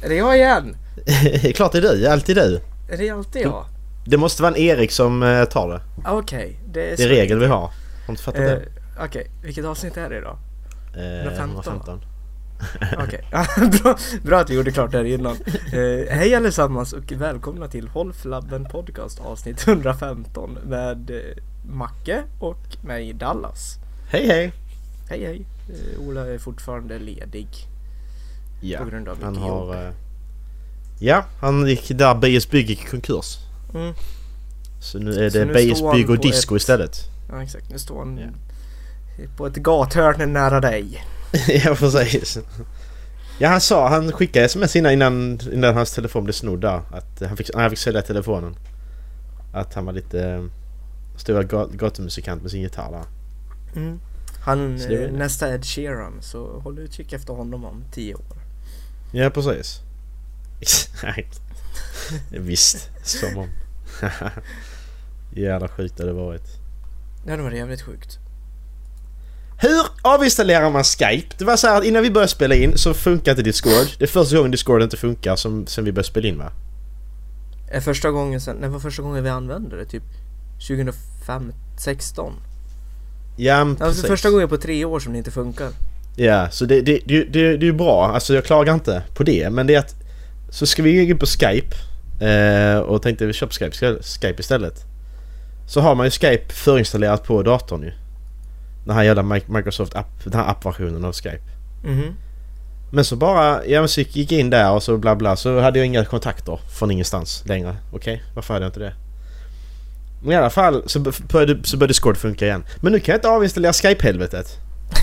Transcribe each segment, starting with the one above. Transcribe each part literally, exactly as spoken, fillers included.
Är det jag igen? Klart det är du, alltid du. Är det alltid jag? Det måste vara en Erik som uh, tar det. Okej, okay, det är det är regel vi har. Har inte fattat uh, det? Okej, okay. Vilket avsnitt är det idag? Uh, hundrafemton. Okej, okay. bra, bra att vi gjorde klart det här innan. uh, Hej allesammans och välkomna till Håll Flabben Podcast avsnitt hundrafemton med uh, Macke och mig Dallas. Hej hej. Hej hej. uh, Ola är fortfarande ledig. Ja, på grund av han mycket har jobb. uh, Ja, han gick där B S Bygg gick i konkurs. Mm. Så nu är det B S Bygg och disco ett... istället. Ja exakt, nu står han ja. på ett gathörn nära dig. Ja precis. Ja, han sa, han skickade sms innan, innan, innan hans telefon blev snodd där, att han fick, han fick sälja telefonen. Att han var lite stor gatumusikant med sin gitarr där. Mm. Han är nästa Ed Sheeran, så håll utkik efter honom om tio år. Ja precis. Exakt. Visst, som om. Jävla sjukt det varit. Ja, det var jävligt sjukt. Hur avinstallerar man Skype? Det var så här att innan vi började spela in så funkar inte Discord. Det är första gången Discord inte funkar som, sen vi började spela in, va? Är första gången sen, det var första gången vi använde det, typ tjugohundrasexton. Ja, det var första gången på tre år som det inte funkar. Ja, så det, det, det, det, det är ju bra. Alltså jag klagar inte på det, men det är att så ska vi gå in på Skype eh, och tänkte vi köper Skype, Skype istället. Så har man ju Skype förinstallerat på datorn ju. Den här jävla Microsoft app, den här appversionen av Skype. Mhm. Men så bara, ja men så gick in där och så bla bla, så hade jag inga kontakter från ingenstans längre. Okej, okay, varför hade jag inte det? Men i alla fall så började, så började Discord funka igen. Men nu kan jag inte avinstallera Skype-helvetet.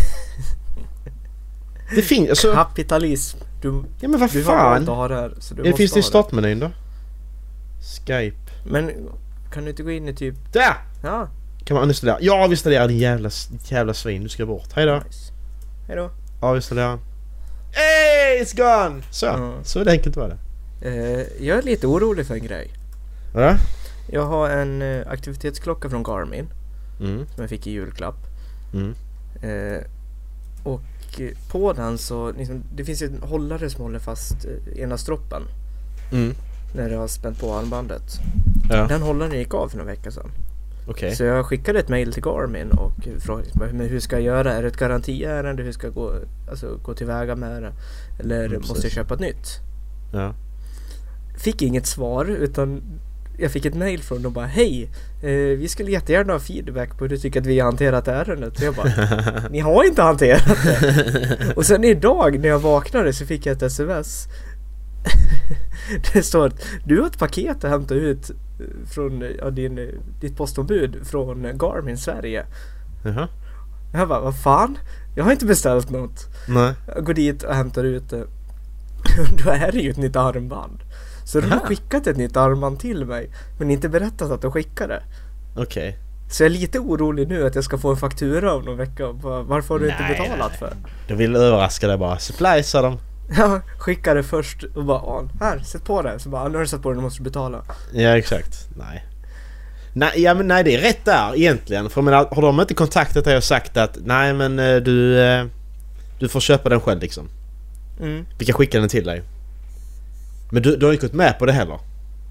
Det finns alltså... Kapitalism. Du, ja men vad du fan? har det här, så du det finns det i det. startmenyn då? Skype. Men kan du inte gå in i typ... Där! Ja. Kan man avinstallera? Ja, avinstallera din jävla, jävla svin. Du ska bort. Hej då. Nice. Hej då. Avinstallera. Hey, it's gone! Så, mm. så det enkelt var det. Uh, jag är lite orolig för en grej. Ja? Jag har en uh, aktivitetsklocka från Garmin. Mm. Som jag fick i julklapp. Mm. Uh, och på den så liksom, det finns ju en hållare som håller fast uh, ena stroppen. Mm. När jag har spänt på armbandet. Ja. Den hållaren gick av för några veckor sedan. Okay. Så jag skickade ett mejl till Garmin och frågade men hur ska jag göra? Är det ett garantiärende? Hur ska jag gå, alltså, gå tillväga med det? Eller mm, måste jag köpa ett nytt? Ja. Fick inget svar, utan jag fick ett mejl från dem och bara hej, eh, vi skulle jättegärna ha feedback på hur du tycker att vi har hanterat ärendet. Så jag bara, ni har inte hanterat det. Och sen idag när jag vaknade så fick jag ett sms. Det står att du har ett paket att hämta ut från ja, din, ditt postombud från Garmin Sverige. Uh-huh. Jag bara, vad fan? Jag har inte beställt något. Nej. Jag går dit och hämtar ut det. Då är det ju ett nytt armband. Så de har skickat ett nytt armband till mig, men inte berättat att de skickade. Okej. Okay. Så jag är lite orolig nu att jag ska få en faktura om någon vecka. Varför har du nej, inte betalat nej. för? De vill överraska dig bara. Supply, sa de. Ja, skickade först och bara, här, sätt på det. Så bara, nu har du satt på det, nu måste du betala. Ja, exakt. Nej. Nej, ja, men nej, det är rätt där egentligen. För men, har de inte kontaktat dig och sagt att nej, men du, du får köpa den själv liksom. Mm. Vi kan skicka den till dig. Men du, du har inte gått med på det heller.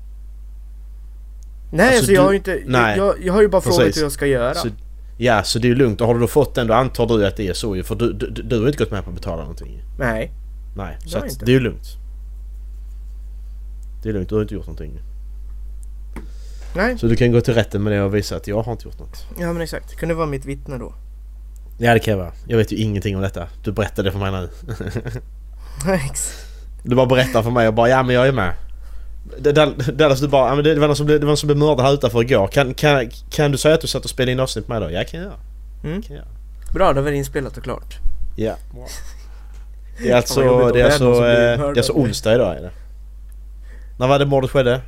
Nej, alltså, alltså jag, har inte, nej, jag, jag har ju bara precis. frågat hur jag ska göra. Så, ja, så det är ju lugnt. Och har du då fått den, då antar du att det är så. För du, du, du har inte gått med på att betala någonting. Nej. Nej, så att det är ju lugnt. Det är lugnt, du har inte gjort någonting. Nej. Så du kan gå till rätten med det och visa att jag har inte gjort något. Ja, men exakt. Kan det vara mitt vittne då? Ja, det kan jag vara. Jag vet ju ingenting om detta. Du berättade det för mig nu. Du bara berättar för mig och bara, ja men jag är med. Dallas, du bara, ja, men det var någon som blev, det var någon som blev mördad här utanför igår. Kan, kan, kan du säga att du satt och spelade in avsnitt med mig då? Ja, kan jag göra. Mm. Kan jag. Bra, då var det inspelat och klart. Ja. Det är alltså, det är alltså, det är alltså onsdag idag är det. När var det mordet skedde?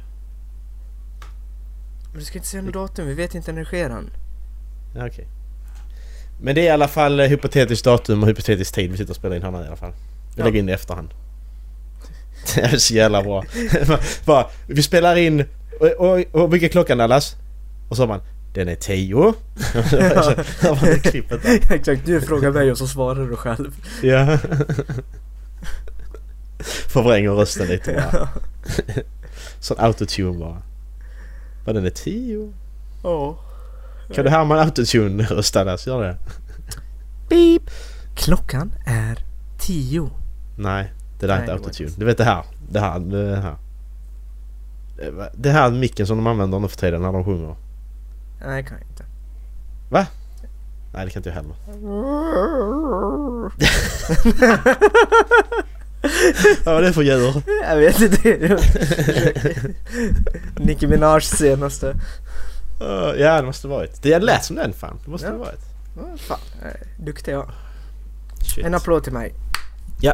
Men du ska inte säga något datum, vi vet inte när det sker än. Ja, okej. Okay. Men det är i alla fall hypotetiskt datum och hypotetisk tid vi sitter och spelar in här i alla fall. Vi ja. lägger in det i efterhand. Det är så jävla bra. Bara, vi spelar in och, och, och vilken klockan Dallas? Och så man, den är tio. Ja. Exakt, du frågar mig och så svarar du själv. Ja. förvränger rösten lite bara. Sån autotune bara. Vad den är tio? Ja. Kan du härma en autotune-rösta där? Så gör det. Beep. Klockan är tio. Nej, det där är Nej, inte det var autotune. inte. Du vet det här. Det här. Det här. Det här micken som de använder nu för tiden när de sjunger. Nej, kan jag inte. Va? Nej, det kan inte jag heller. Vad var det för djur? Jag vet inte. Nicki Minaj senaste. Uh, ja, det måste varit. Det lät som den fan. Det måste Ja. ha varit. Oh, fan, eh, duktig jag. Shit. En applåd till mig. Ja.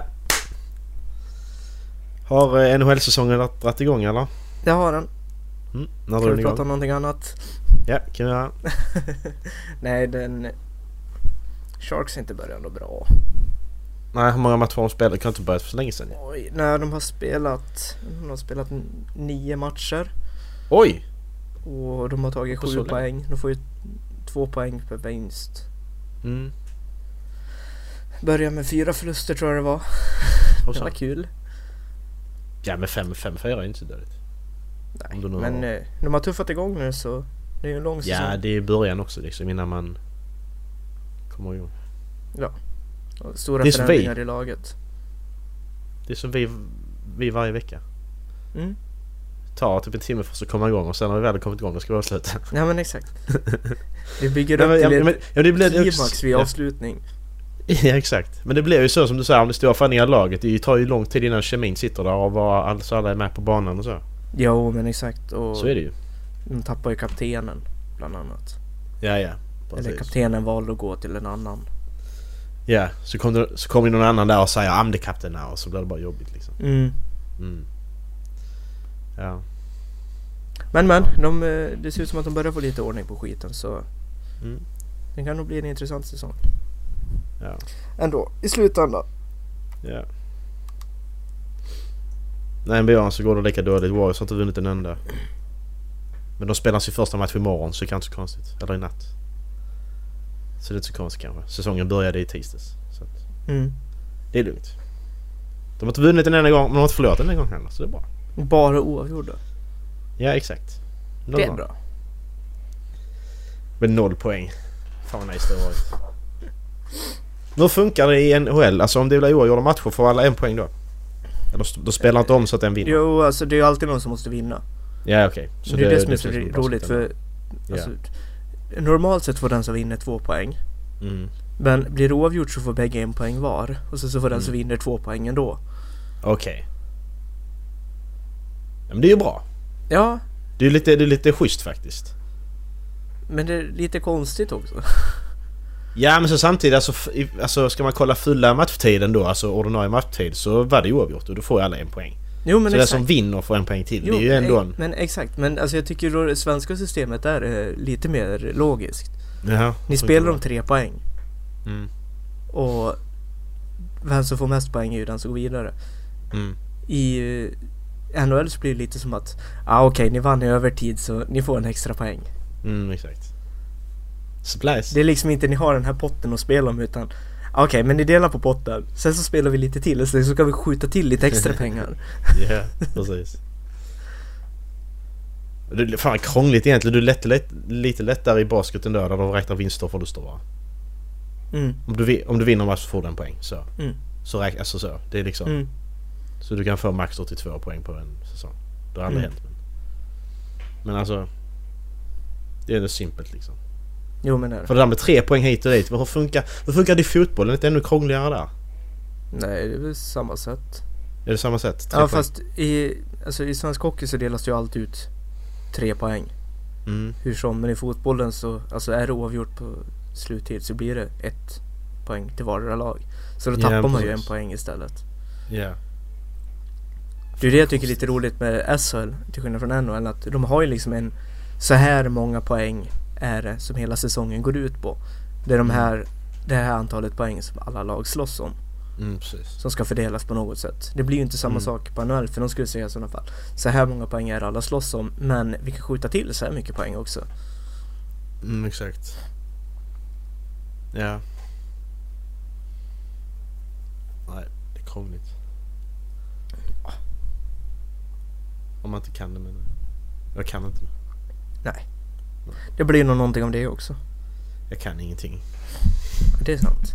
Har eh, N H L-säsongen dragit igång eller? Det har den. Mm, när Ska drar vi den prata igång? om någonting annat? Ja, kan vi göra. Nej, den... Sharks inte börjar ändå bra. Nej, hur många matcher har de spelat? Det kan inte börjat för så länge sedan. Oj, när de har spelat... De har spelat n- nio matcher. Oj! Och de har tagit På så sju länge. poäng. De får ju två poäng per vinst. Mm. Börjar med fyra förluster tror jag det var. Och Det så. var kul. Ja, men fem, fem, fyra är inte så dåligt. Nej, Om du nu men har- eh, de har tuffat igång nu så det är ju en lång säsong. Ja, det är början också liksom innan man kommer igång. Och stora det är som förändringar vi. i laget. Det är som vi, vi varje vecka. Mm. Tar typ en timme för att komma igång och sen när vi väl har kommit igång då ska vi avsluta. Ja men exakt. Vi bygger Nej, upp men, ja, till men, ett ja, det blir det klimax vid ja. avslutning. Ja, exakt. Men det blir ju så som du säger om det stora förändringar i laget. Det tar ju lång tid innan kemin sitter där och var, alltså alla är med på banan och så. Jo men exakt. Och Så är det ju. de tappar ju kaptenen bland annat. Ja, ja. Eller Precis. kaptenen valde att gå till en annan. Ja, så kommer det, så kommer någon annan där och säger I'm the captain now och så blir det bara jobbigt liksom. Mm. Mm. Ja. Men men, de, eh, det ser ut som att de börjar få lite ordning på skiten så Mm. det kan nog bli en intressant säsong. Ja. Ändå, i slutändan. Ja. Nej, men Björn så går det lika dåligt. Warriors har inte vunnit en enda. Men de spelar sin första match imorgon så det kan inte så konstigt. Eller i natt. Så det är inte så konstigt kanske. Säsongen började i tisdags. Så att Mm. det är lugnt. De har inte vunnit en enda gång men de har inte förlorat en enda gång heller. Så det är bra. Bara oavgjorda. Ja, exakt. Noll Det är noll. bra. Med noll poäng. Fan vad nice det har varit. Hur funkar det i N H L? Alltså om det blir oavgjorda matcher får alla en poäng då? Eller då spelar inte om så att den vinner? Jo, alltså det är ju alltid någon som måste vinna. Ja, okej. Så det är det, som är så finns bara roligt så- för alltså, normalt sett får den som vinner två poäng. Mm. Men blir det oavgjort så får bägge en poäng var. Och så, så får den Mm. som vinner två poäng ändå. Okej. Ja, men det är ju bra. Ja, Det är ju lite, det är lite schysst faktiskt. men det är lite konstigt också. Ja, men så samtidigt alltså, f- i- alltså ska man kolla fulla matchtiden då, alltså ordinarie matchtid, så var det ju oavgjort och då får ju alla en poäng. Jo men Så den exakt. som vinner får en poäng till. Jo, det är ju ändå eh, en... Men exakt, men alltså jag tycker då det svenska systemet är eh, lite mer logiskt. Jaha, Ni spelar om tre poäng. Mm. Och vem som får mest poäng är ju den som går vidare. Mm. I eh, N H L så blir det lite som att ah, okej, okay, ni vann i övertid så ni får en extra poäng. Mm, exakt. Supplies. Det är liksom inte ni har den här potten att spela om utan okej, okay, men ni delar på potten. Sen så spelar vi lite till och så kan vi skjuta till lite extra pengar. Ja, precis. Det är fan krångligt egentligen. Du är lätt, lätt, lite lättare i basketen då, där de räknar vinster och förluster va? Mm. Om du, vi- om du vinner match så får du en poäng. Så, Mm. så räknas alltså så. Det är liksom... Mm. Så du kan få max åttiotvå poäng på en säsong. Det har aldrig Mm. hänt. Men, men alltså... Det är ändå simpelt liksom. Jo men är det. För det där med tre poäng hit och dit. Hur funkar, hur funkar det i fotbollen? Är det ännu krångligare där? Nej, det är väl samma sätt. Är det samma sätt? Tre Ja poäng? fast i, alltså, i svensk hockey så delas ju allt ut tre poäng. Mm. Hur som, men i fotbollen så alltså är det oavgjort på sluttid så blir det ett poäng till vardera lag. Så då Ja, tappar man ju en precis. poäng istället. Ja. Det är det jag tycker är lite roligt med S H L till skillnad från N H L, att de har ju liksom en så här många poäng är det som hela säsongen går ut på. Det är de här, det här antalet poäng som alla lag slåss om Mm, precis. som ska fördelas på något sätt. Det blir ju inte samma Mm. sak på N H L för de skulle säga i sådana fall så här många poäng är det alla slåss om, men vi kan skjuta till så här mycket poäng också. Mm, exakt. Ja. Nej, det är krångligt. Om man inte kan det, men jag kan inte. Nej. Det blir nog någonting om det också. Jag kan ingenting. Det är sant.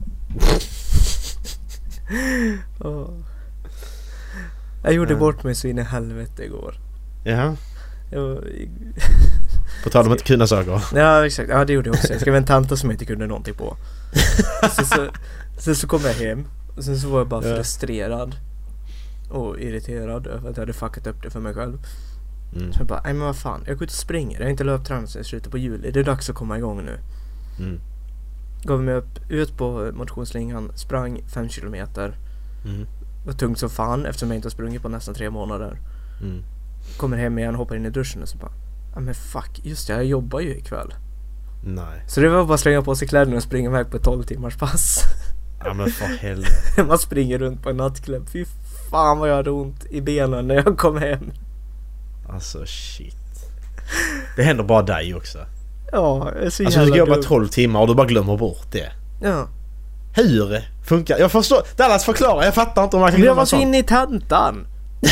oh. Jag gjorde mm. bort mig så in i helvete igår. Jaha. Jag... På tal om att inte kunna saker. Ja, exakt. Ja, det gjorde jag också. Jag skrev en tanta som jag inte kunde någonting på. Sen så, sen så kom jag hem. Och sen så var jag bara ja. frustrerad. Och irriterad över att jag hade fuckat upp det för mig själv. Mm. Så jag bara, nej men vad fan. Jag går ut och springer. Jag har inte löpt tränat i slutet på juli. Det är dags att komma igång nu. Mm. Gav mig upp, ut på motionsslingan. Sprang fem kilometer. Mm. Var tungt som fan eftersom jag inte har sprungit på nästan tre månader. Mm. Kommer hem igen, hoppar in i duschen och så bara, ja men fuck, just det, jag jobbar ju ikväll. Nej. Så det var bara att slänga på sig kläderna och springa iväg på tolv timmars pass. Ja men för helvete. Man springer runt på en nattklubb. Fy fan vad jag hade ont i benen när jag kom hem. Alltså shit. Det händer bara dig också. Ja, jag är så alltså jävla du ska jobba dum. tolv timmar och du bara glömmer bort det. Ja. Hur funkar? Jag förstår. Dallas förklara, jag fattar inte om man kan glömma jag var så sånt. inne i tentan.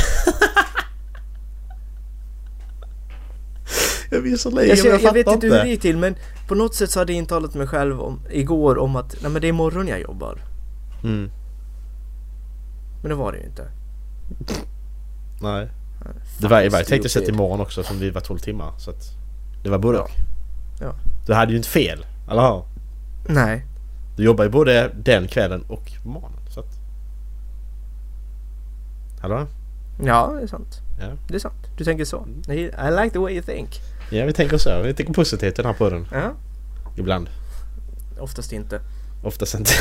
Jag blir så länge, jag, jag, jag, jag vet inte inte hur det gick till, men på något sätt så hade jag intalat mig själv om, igår om att nej, men det är imorgon jag jobbar. Mm. Men det var det ju inte. Nej. Det var, jag tänkte sett imorgon också som vi var tolv timmar. Så att det var både ja. och. Ja. Du hade ju inte fel, eller hur? Nej. Du jobbar ju både den kvällen och morgonen. Så att... Hallå? Ja, det är sant. Ja. Det är sant. Du tänker så. I like the way you think. Ja, vi tänker så. Vi tänker positivt den här podden. Ja. Ibland. Oftast inte. Oftast inte.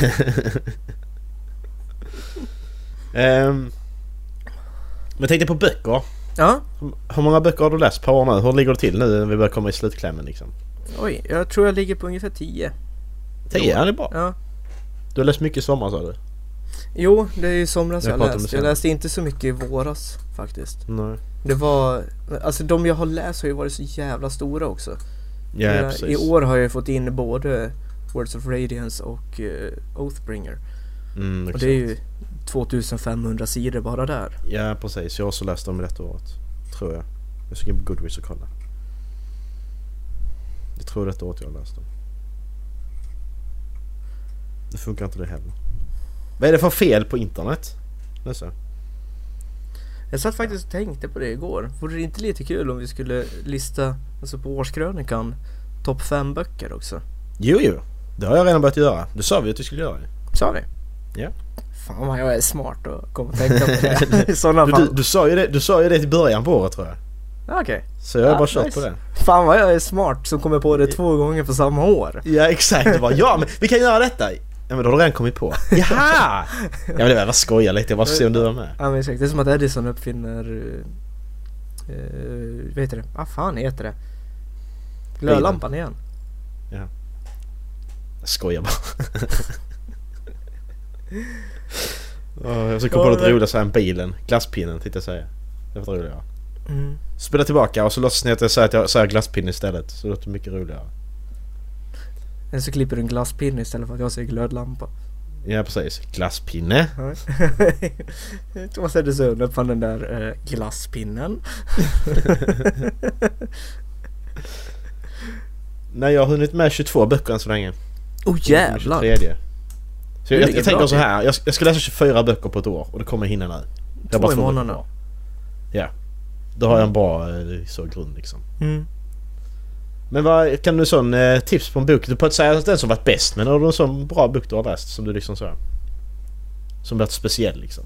um, men tänkte på böcker. Ja. Hur många böcker har du läst per år nu? Hur ligger det till nu när vi börjar komma i slutklämmen liksom? Oj, jag tror jag ligger på ungefär tio. Tio? Ja, det är bra. Ja. Du har läst mycket i sommar, sa du? Jo, det är ju somras jag, jag läst. Jag läste inte så mycket i våras faktiskt. Nej. Det var, alltså de jag har läst har ju varit så jävla stora också. Ja, ja, precis. I år har jag fått in både Words of Radiance och uh, Oathbringer. Mm, och det är ju tjugofemhundra sidor bara där. Ja, precis. Jag har också läst dem i detta året. Tror jag. Jag ska gå på Goodreads och kolla. Jag tror detta året jag har läst dem. Det funkar inte det heller. Vad är det för fel på internet? Det så. Jag satt faktiskt och tänkte på det igår. Vore det inte lite kul om vi skulle lista, alltså på årskrönikan, topp fem böcker också? Jo, jo. Det har jag redan börjat göra. Det sa vi att vi skulle göra. Sa vi? Ja. Fan vad jag är smart och kommer tänka på det. I sådana fall. Du, du, sa ju det, du sa ju det i början på året, tror jag. Okej. Okay. Så jag har ja, bara kört nice. på det. Fan vad jag är smart som kommer på det två gånger på samma år. Ja, exakt. Bara, ja, men vi kan göra detta. Ja, men då har du redan kommit på. Jaha! Ja, men det var bara skoja lite. Jag bara se om du var med. Ja, men exakt. Det är som att Edison uppfinner... Uh, vad heter det? Vad fan heter det? Glödlampan igen. Ja. Jag skojar bara. oh, jag ska komma på något roligt så här en bilen. Glasspinnen, tänkte jag säga. Det var roligare. Mm. Spela tillbaka och så låtsas ni att jag säger att jag säger glasspinne istället. Så det låter mycket roligare. Eller så klipper du en glasspinne istället för att jag säger glödlampa. Ja, precis. Glasspinne. Thomas Edison uppfann den där eh, glasspinnen. Nej, jag har hunnit med tjugotvå böcker än så länge. Oh jävlar. Så jag, jag, jag tänker så här. Jag, jag ska läsa tjugofyra böcker på ett år och det kommer hinna nu. Det är bara två månader. Ja. Då har jag en bra så grund liksom. Mm. Men vad kan du sån eh, tips på en bok? Du får inte säga att den som varit bäst, men har du en sån bra bok du har läst som du liksom så som varit speciell liksom?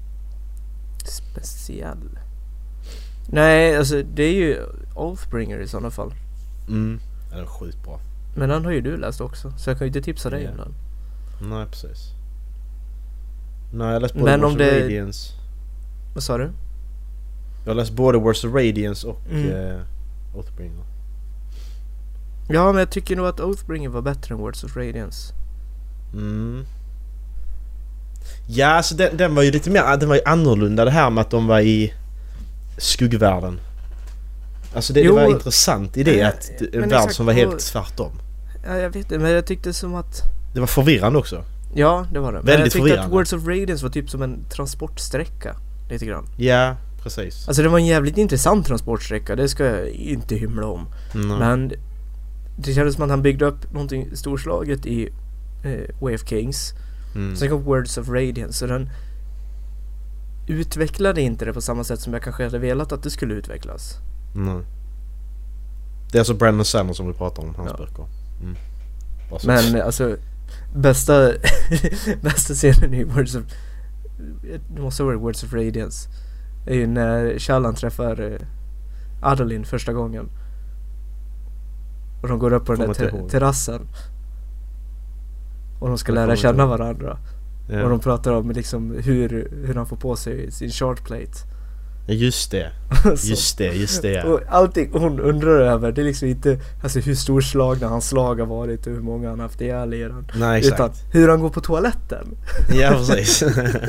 Speciell? Nej, alltså det är ju Oathbringer i sådana fall. Mm, ja, den är sjukt bra. Men den har ju du läst också, så jag kan ju inte tipsa dig om den. Nej, precis. Nej, jag har läst både Words of det... Radiance. Vad sa du? Jag har läst både Words of Radiance och mm. eh, Oathbringer. Ja, men jag tycker nog att Oathbringer var bättre än Words of Radiance. Mm. Ja, alltså den, den var ju lite mer, den var ju annorlunda det här med att de var i skuggvärlden. Alltså det, det var intressant i det äh, att det, en värld som var helt tvärtom. Ja, jag vet inte, men jag tyckte som att... Det var förvirrande också. Ja, det var det. Väldigt men jag tyckte förvirrande. att Words of Radiance var typ som en transportsträcka, lite grann. Ja, precis. Alltså det var en jävligt intressant transportsträcka, det ska jag inte hymla om. Mm. Men det kändes som att han byggde upp någonting storslaget i eh, Way of Kings. Mm. Sen kom Words of Radiance, så den utvecklade inte det på samma sätt som jag kanske hade velat att det skulle utvecklas. Mm. Det är alltså Brandon Sanderson som vi pratar om, hans Ja. böcker. Mm. Men alltså bästa bästa scenen i Words of, det måste vara Words of Radiance, är ju när Shallan träffar eh, Adolin första gången. Och de går upp på den där ter- terrassen. Och de ska lära känna varandra. Ja. Och de pratar om liksom hur, hur han får på sig sin shortplate. Just det. Just det, just det. Ja. Och allting hon undrar över, det är liksom inte alltså hur storslagna hans slag har varit och hur många han haft ihjäl i den. Nej, exakt. Utan hur han går på toaletten. Ja, precis.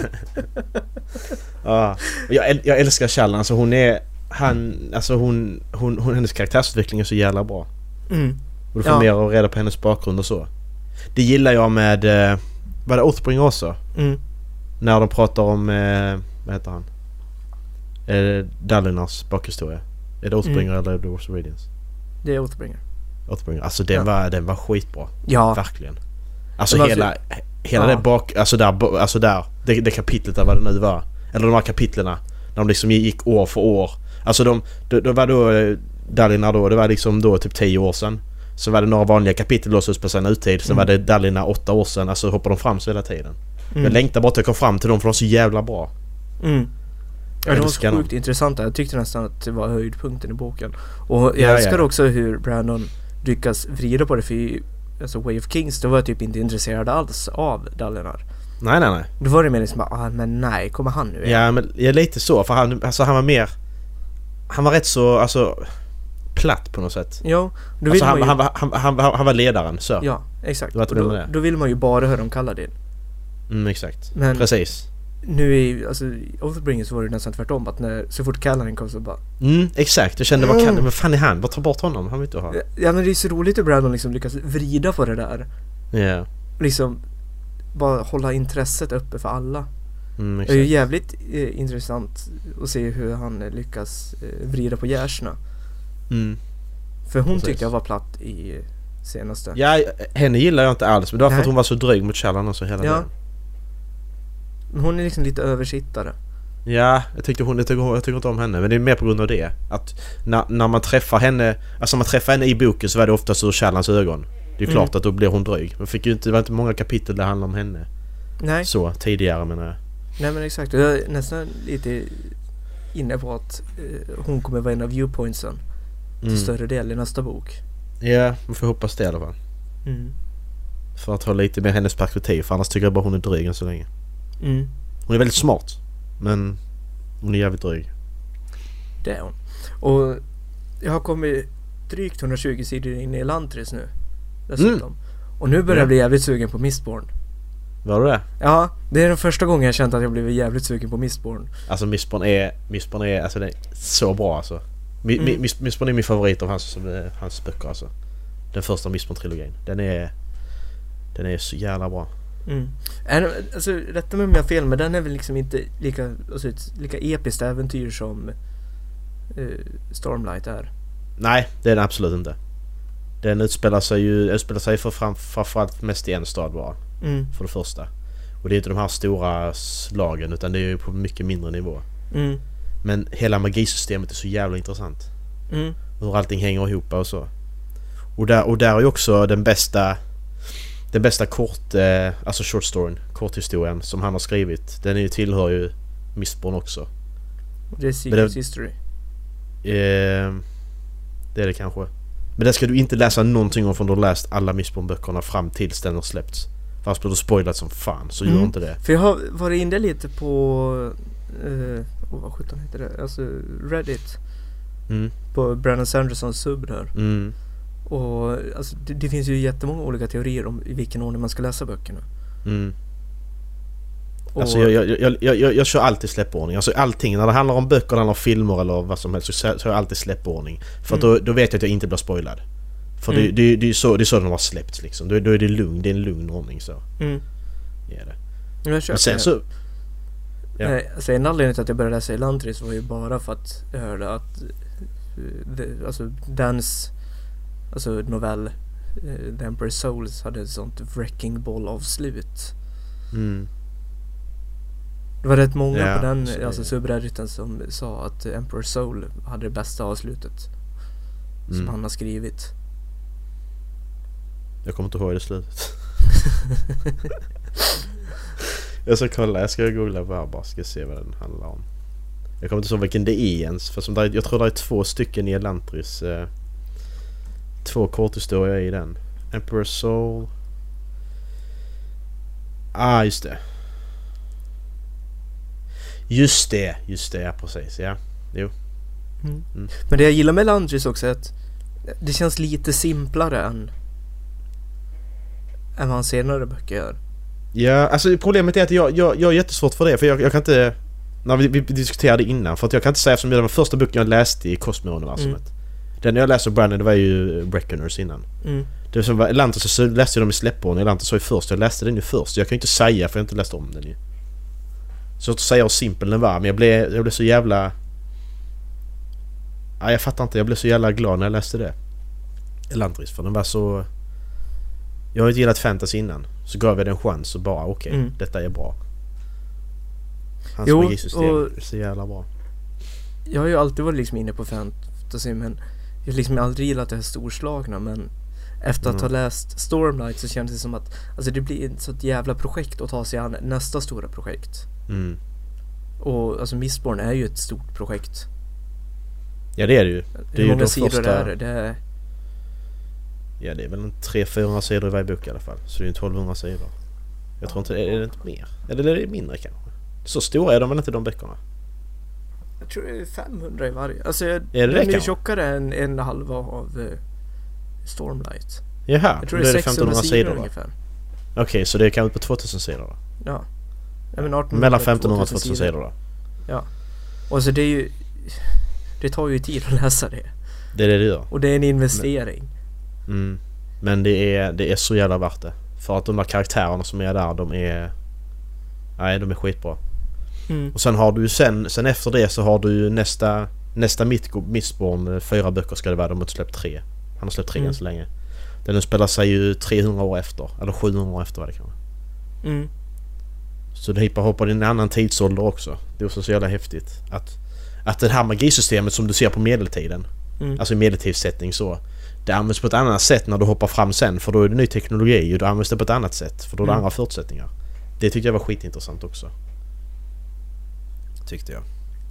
Ja. Jag, jag älskar Shallan, alltså hon är han, alltså hon, hon, hon hennes karaktärsutveckling är så jävla bra. Mm. Och du får Ja. mer att reda på hennes bakgrund och så. Det gillar jag med eh, vad är det, Oathbringer också? Mm. När de pratar om eh, vad heter han? Eh, Dalinars bakhistoria. Är det Oathbringer Mm. eller är det Words of Radiance? Det är Oathbringer. Oathbringer. Alltså den, Ja. var, den var skitbra. Ja. Verkligen. Alltså Men hela, alltså- hela ja. det bak, alltså där, alltså där det, det kapitlet där vad det nu var. Eller de här kapitlerna. När de liksom gick år för år. Alltså de, då, då var då eh, Dalinar då, det var liksom då typ tio år sedan. Så var det några vanliga kapitel då som utspelar nutid. Sen Mm. var det Dalinar åtta år sedan. Alltså hoppar de fram så hela tiden. Mm. Jag längtar bara att jag kom fram till dem för de är så jävla bra. Mm. Ja, det var älskar så dem. sjukt intressant. Jag tyckte nästan att det var höjdpunkten i boken. Och jag Ja, älskar ja. också hur Brandon lyckas vrida på det. För i, alltså Way of Kings, då var jag typ inte intresserad alls av Dalinar. Nej, nej, nej. Då var det mer liksom bara, ah, men nej, kommer han nu igen? Ja, men jag är lite så. För han, alltså, han var mer... Han var rätt så, alltså... Platt på något sätt. Ja, då vill Alltså, man han, ju... han, han, han, han, han var ledaren, så. Ja, exakt. Det var inte Och då, med det. då vill man ju bara höra dem kalla det. Mm, exakt. Men- Precis. Nu i, alltså, i Oathbringer så var det nästan tvärtom. Att när, så fort Callahan kom så bara... Mm, exakt. Jag kände, Mm. vad kan men fan är han? Bara ta bort honom, han vill inte ha. Ja, men det är så roligt att Brandon liksom lyckas vrida på det där. Ja. Liksom bara hålla intresset uppe för alla. Mm, Det är ju exakt. jävligt eh, intressant att se hur han eh, lyckas eh, vrida på Gärsna. Mm. För hon Precis. tyckte jag var platt i eh, senaste. Ja, henne gillar jag inte alls. Men det var för Nej. att hon var så dryg mot Shallan och så hela Ja. tiden. Men hon är liksom lite översittare. Ja, jag tyckte hon, jag tycker, jag tycker inte om henne. Men det är mer på grund av det. Att när, när man träffar henne, alltså man träffar henne i boken så var det oftast ur Shallans ögon. Det är Mm. klart att då blir hon dryg. Men fick ju inte, det var inte många kapitel där handlar om henne. Nej, Så, tidigare menar jag. nej men exakt. Jag är nästan lite inne på att eh, hon kommer vara en av viewpointsen till Mm. större del i nästa bok. Ja, man får hoppas det i alla fall. Mm. För att ha lite mer hennes perspektiv. För annars tycker jag bara hon är dryg än så länge. Mm. Hon är väldigt smart. Men hon är jävligt dryg. Det är hon. Och jag har kommit drygt hundratjugo sidor in i Elantris nu. Dessutom. Mm. Och nu börjar Ja. jag bli jävligt sugen på Mistborn. Var det det? Ja, det är den första gången jag känt att jag blivit jävligt sugen på Mistborn. Alltså Mistborn är, Mistborn är, alltså det är så bra alltså. Mi, Mm. mi, Mis- Mistborn är min favorit av hans, eh, hans böcker alltså. Den första Mistborn-trilogin. Den är, den är så jävla bra. Mm. En, alltså, rätta mig om jag har fel, men den är väl liksom inte lika, alltså, ett lika episkt äventyr som eh, Stormlight är. Nej, det är den absolut inte. Den utspelar sig ju, utspelar sig för fram, framförallt mest i en stad bara. Mm. För det första. Och det är inte de här stora slagen utan det är ju på mycket mindre nivå. Mm. Men hela magisystemet är så jävla intressant. Mm. Hur allting hänger ihop och så. Och där, och där är ju också den bästa den bästa kort, eh, alltså short storyn, korthistorien som han har skrivit. Den är ju, tillhör ju Mistborn också. Och det är Secrets det- History. Eh, det är det kanske. Men det ska du inte läsa någonting om förrän du har läst alla Mistborn-böckerna fram tills den har släppts. Fast blir du spoilat som fan, så Mm. gör inte det. För jag har varit inne lite på eh, oh, vad sjutton heter det? Alltså Reddit. Mm. På Brandon Sandersons sub där. Mm. Och alltså, det, det finns ju jättemånga olika teorier om i vilken ordning man ska läsa böckerna. Mm. Och, Alltså jag, jag, jag, jag, jag, jag kör alltid släppordning. Alltså allting, när det handlar om böcker, eller om filmer eller vad som helst, så kör jag alltid släppordning. För att Mm. då, då vet jag att jag inte blir spoilad. För Mm. det, det, det, är så, det är så de har släppts liksom. Då, då är det lugn, det är en lugn ordning så. mm. Ja, det. Jag köper Men sen det. så... Ja. Nej, alltså en anledning till att jag började läsa Elantris var ju bara för att jag hörde att uh, the, alltså Dans alltså novell uh, The Emperor's Souls hade ett sånt wrecking ball avslut. Mm. Det var rätt många Ja, på den så alltså det- subredditen som sa att Emperor's Soul hade det bästa avslutet som Mm. han har skrivit. Jag kommer inte ihåg det slutet. Jag ska kolla, jag ska googla på här bara, ska se vad den handlar om. Jag kommer inte ihåg vilken det är ens, för som där, jag tror det är två stycken i Elantris. Eh, två korthistorier i den. Emperor's Soul. Ah, just det. Just det, just det, ja precis, ja. Jo. Mm. Mm. Men det jag gillar med Elantris också är att det känns lite simplare än än vad han senare böcker gör. Ja, alltså problemet är att jag, jag, jag är jättesvårt för det, för jag, jag kan inte... När vi, vi diskuterade innan, för att jag kan inte säga som det var den första boken jag läste i Cosmere-universumet. Mm. Den jag läste av Brandon, det var ju Reckoners innan. Mm. Det var som var Atlantis, så läste jag dem i släppåren. Atlantis var ju först, jag läste den ju först. Jag kan ju inte säga, för jag har inte läst om den ju. Så att säga hur simpel den var, men jag blev, jag blev så jävla... Ja, jag fattar inte, jag blev så jävla glad när jag läste det. Elantris, för den var så... Jag har inte gillat fantasy innan. Så gav jag den en chans och bara okej, okay, mm. detta är bra. Hans jo, magisystem är så jävla bra. Jag har ju alltid varit liksom inne på fantasy, men jag har liksom aldrig gillat det här storslagna, men efter att mm. ha läst Stormlight så känns det som att alltså det blir ett sånt jävla projekt att ta sig an nästa stora projekt. Mm. Och alltså Mistborn är ju ett stort projekt. Ja, det är det ju. Det är Hur många ju sidor första... är det? Det är... Ja, det är väl en tre hundra till fyrahundra sidor i varje bok i alla fall. Så det är ju tolvhundra sidor. Jag tror inte, är det inte mer? Eller är det mindre kanske? Så stora är de väl inte, de böckerna? Jag tror det är femhundra i varje. Alltså jag, är det den det är tjockare än en halva av uh, Stormlight. Jaha, jag tror det är sexhundra sidor ungefär. Okej, okay, så det är kanske på tvåtusen sidor då? Ja. ja men arton mellan femtonhundra och tvåtusen sidor då? Ja. Och så det är ju... Det tar ju tid att läsa det. Det är det det gör. Och det är en investering. Men, mm. Men det är, det är så jävla värt det. För att de där karaktärerna som är där, de är... Nej, de är skitbra. Mm. Och sen har du sen, sen efter det så har du nästa nästa Mistborn, fyra böcker ska det vara, de har inte släppt tre. Han har släppt tre mm. än så länge. Den spelar sig ju trehundra år efter, eller sjuhundra år efter vad det kan vara. Mm. Så det hippar hoppar i en annan tidsålder också. Det är också så jävla häftigt att, att det här magisystemet som du ser på medeltiden, mm. alltså i medeltidssättning så, det används på ett annat sätt när du hoppar fram sen, för då är det ny teknologi och du används det på ett annat sätt, för då är det mm. andra förutsättningar. Det tyckte jag var skitintressant också. Tyckte jag.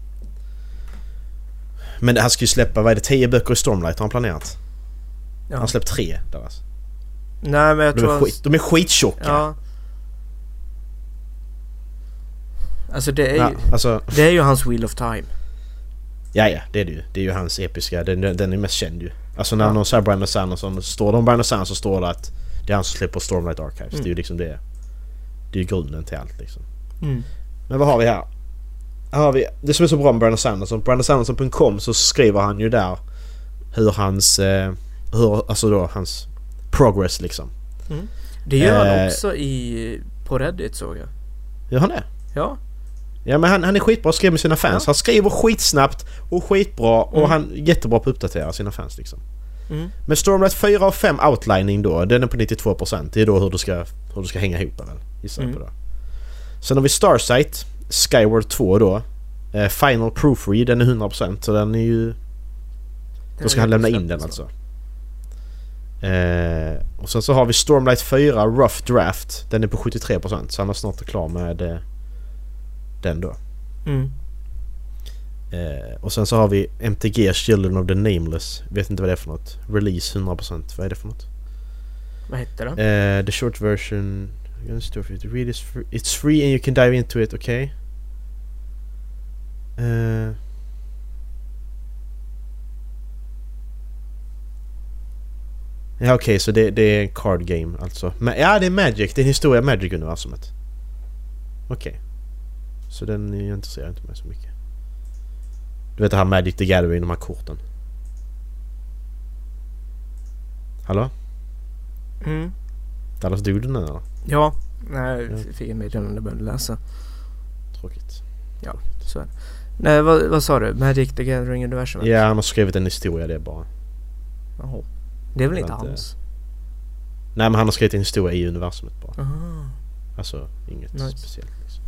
Men han ska ju släppa, vad är det, tio böcker i Stormlight har han planerat? Ja. Han har släppt tre där alltså. Nej, men jag de tror är skit, de är skittjocka. Ja. Alltså det är ja, ju alltså, det är ju hans Wheel of Time. Ja, ja, det är det ju. Det är ju hans episka, den, den är mest känd ju. Alltså när ja. någon säger Brandon Sanderson, står det om Brandon Sanderson så står det att det är han som släpper Stormlight Archives. Mm. Det är ju liksom det. Det är ju grunden till allt liksom. Mm. Men vad har vi här? Här har vi, det som är så bra med Brandon Sanderson, brandon sanderson punkt com, så skriver han ju där hur hans eh, hur, alltså då hans progress liksom. Mm. Det gör eh, han också i på Reddit, såg jag. Gör han det? Ja. Ja, men han, han är skitbra att skriva med sina fans. Ja. Han skriver skitsnabbt och skitbra och mm. han är jättebra på att uppdatera sina fans liksom. Mm. Men Stormlight fyra och fem outlining då, den är på nittiotvå procent. Det är då hur du ska, hur du ska hänga ihop väl, gissar mm. på det. Sen har vi Starsight, Skyward två då. Eh, Final Proofread, den är hundra procent, så den är ju... Då ska han lämna in den alltså. Eh, och sen så har vi Stormlight fyra, Rough Draft. Den är på sjuttiotre procent, så han är snart klar med eh, den då. Mm. Eh, och sen så har vi M T G Children of the Nameless. Vet inte vad det är för något. Release hundra procent. Vad är det för något? Vad heter det? Eh, the short version... Read is free. It's free and you can dive into it, okay? Uh, ja, okej, okay, så det, det är en card game alltså. Men, ja, det är Magic. Det är en historia Magic-universumet. Okej. Okay. Så den intresserar inte mig så mycket. Du vet det här Magic the Gathering, de här korten. Hallå? Mm. Dallas, dog du nu eller? Ja, nej, jag fick en meddelande när jag började läsa. Tråkigt. Ja, så är det. Nej, vad, vad sa du? Magic the Gathering universumet? Ja, han har skrivit en historia, det är bara. Jaha. Det är väl inte inte hans? Nej, men han har skrivit en historia i universumet bara. Aha. Alltså, inget Nice. speciellt liksom.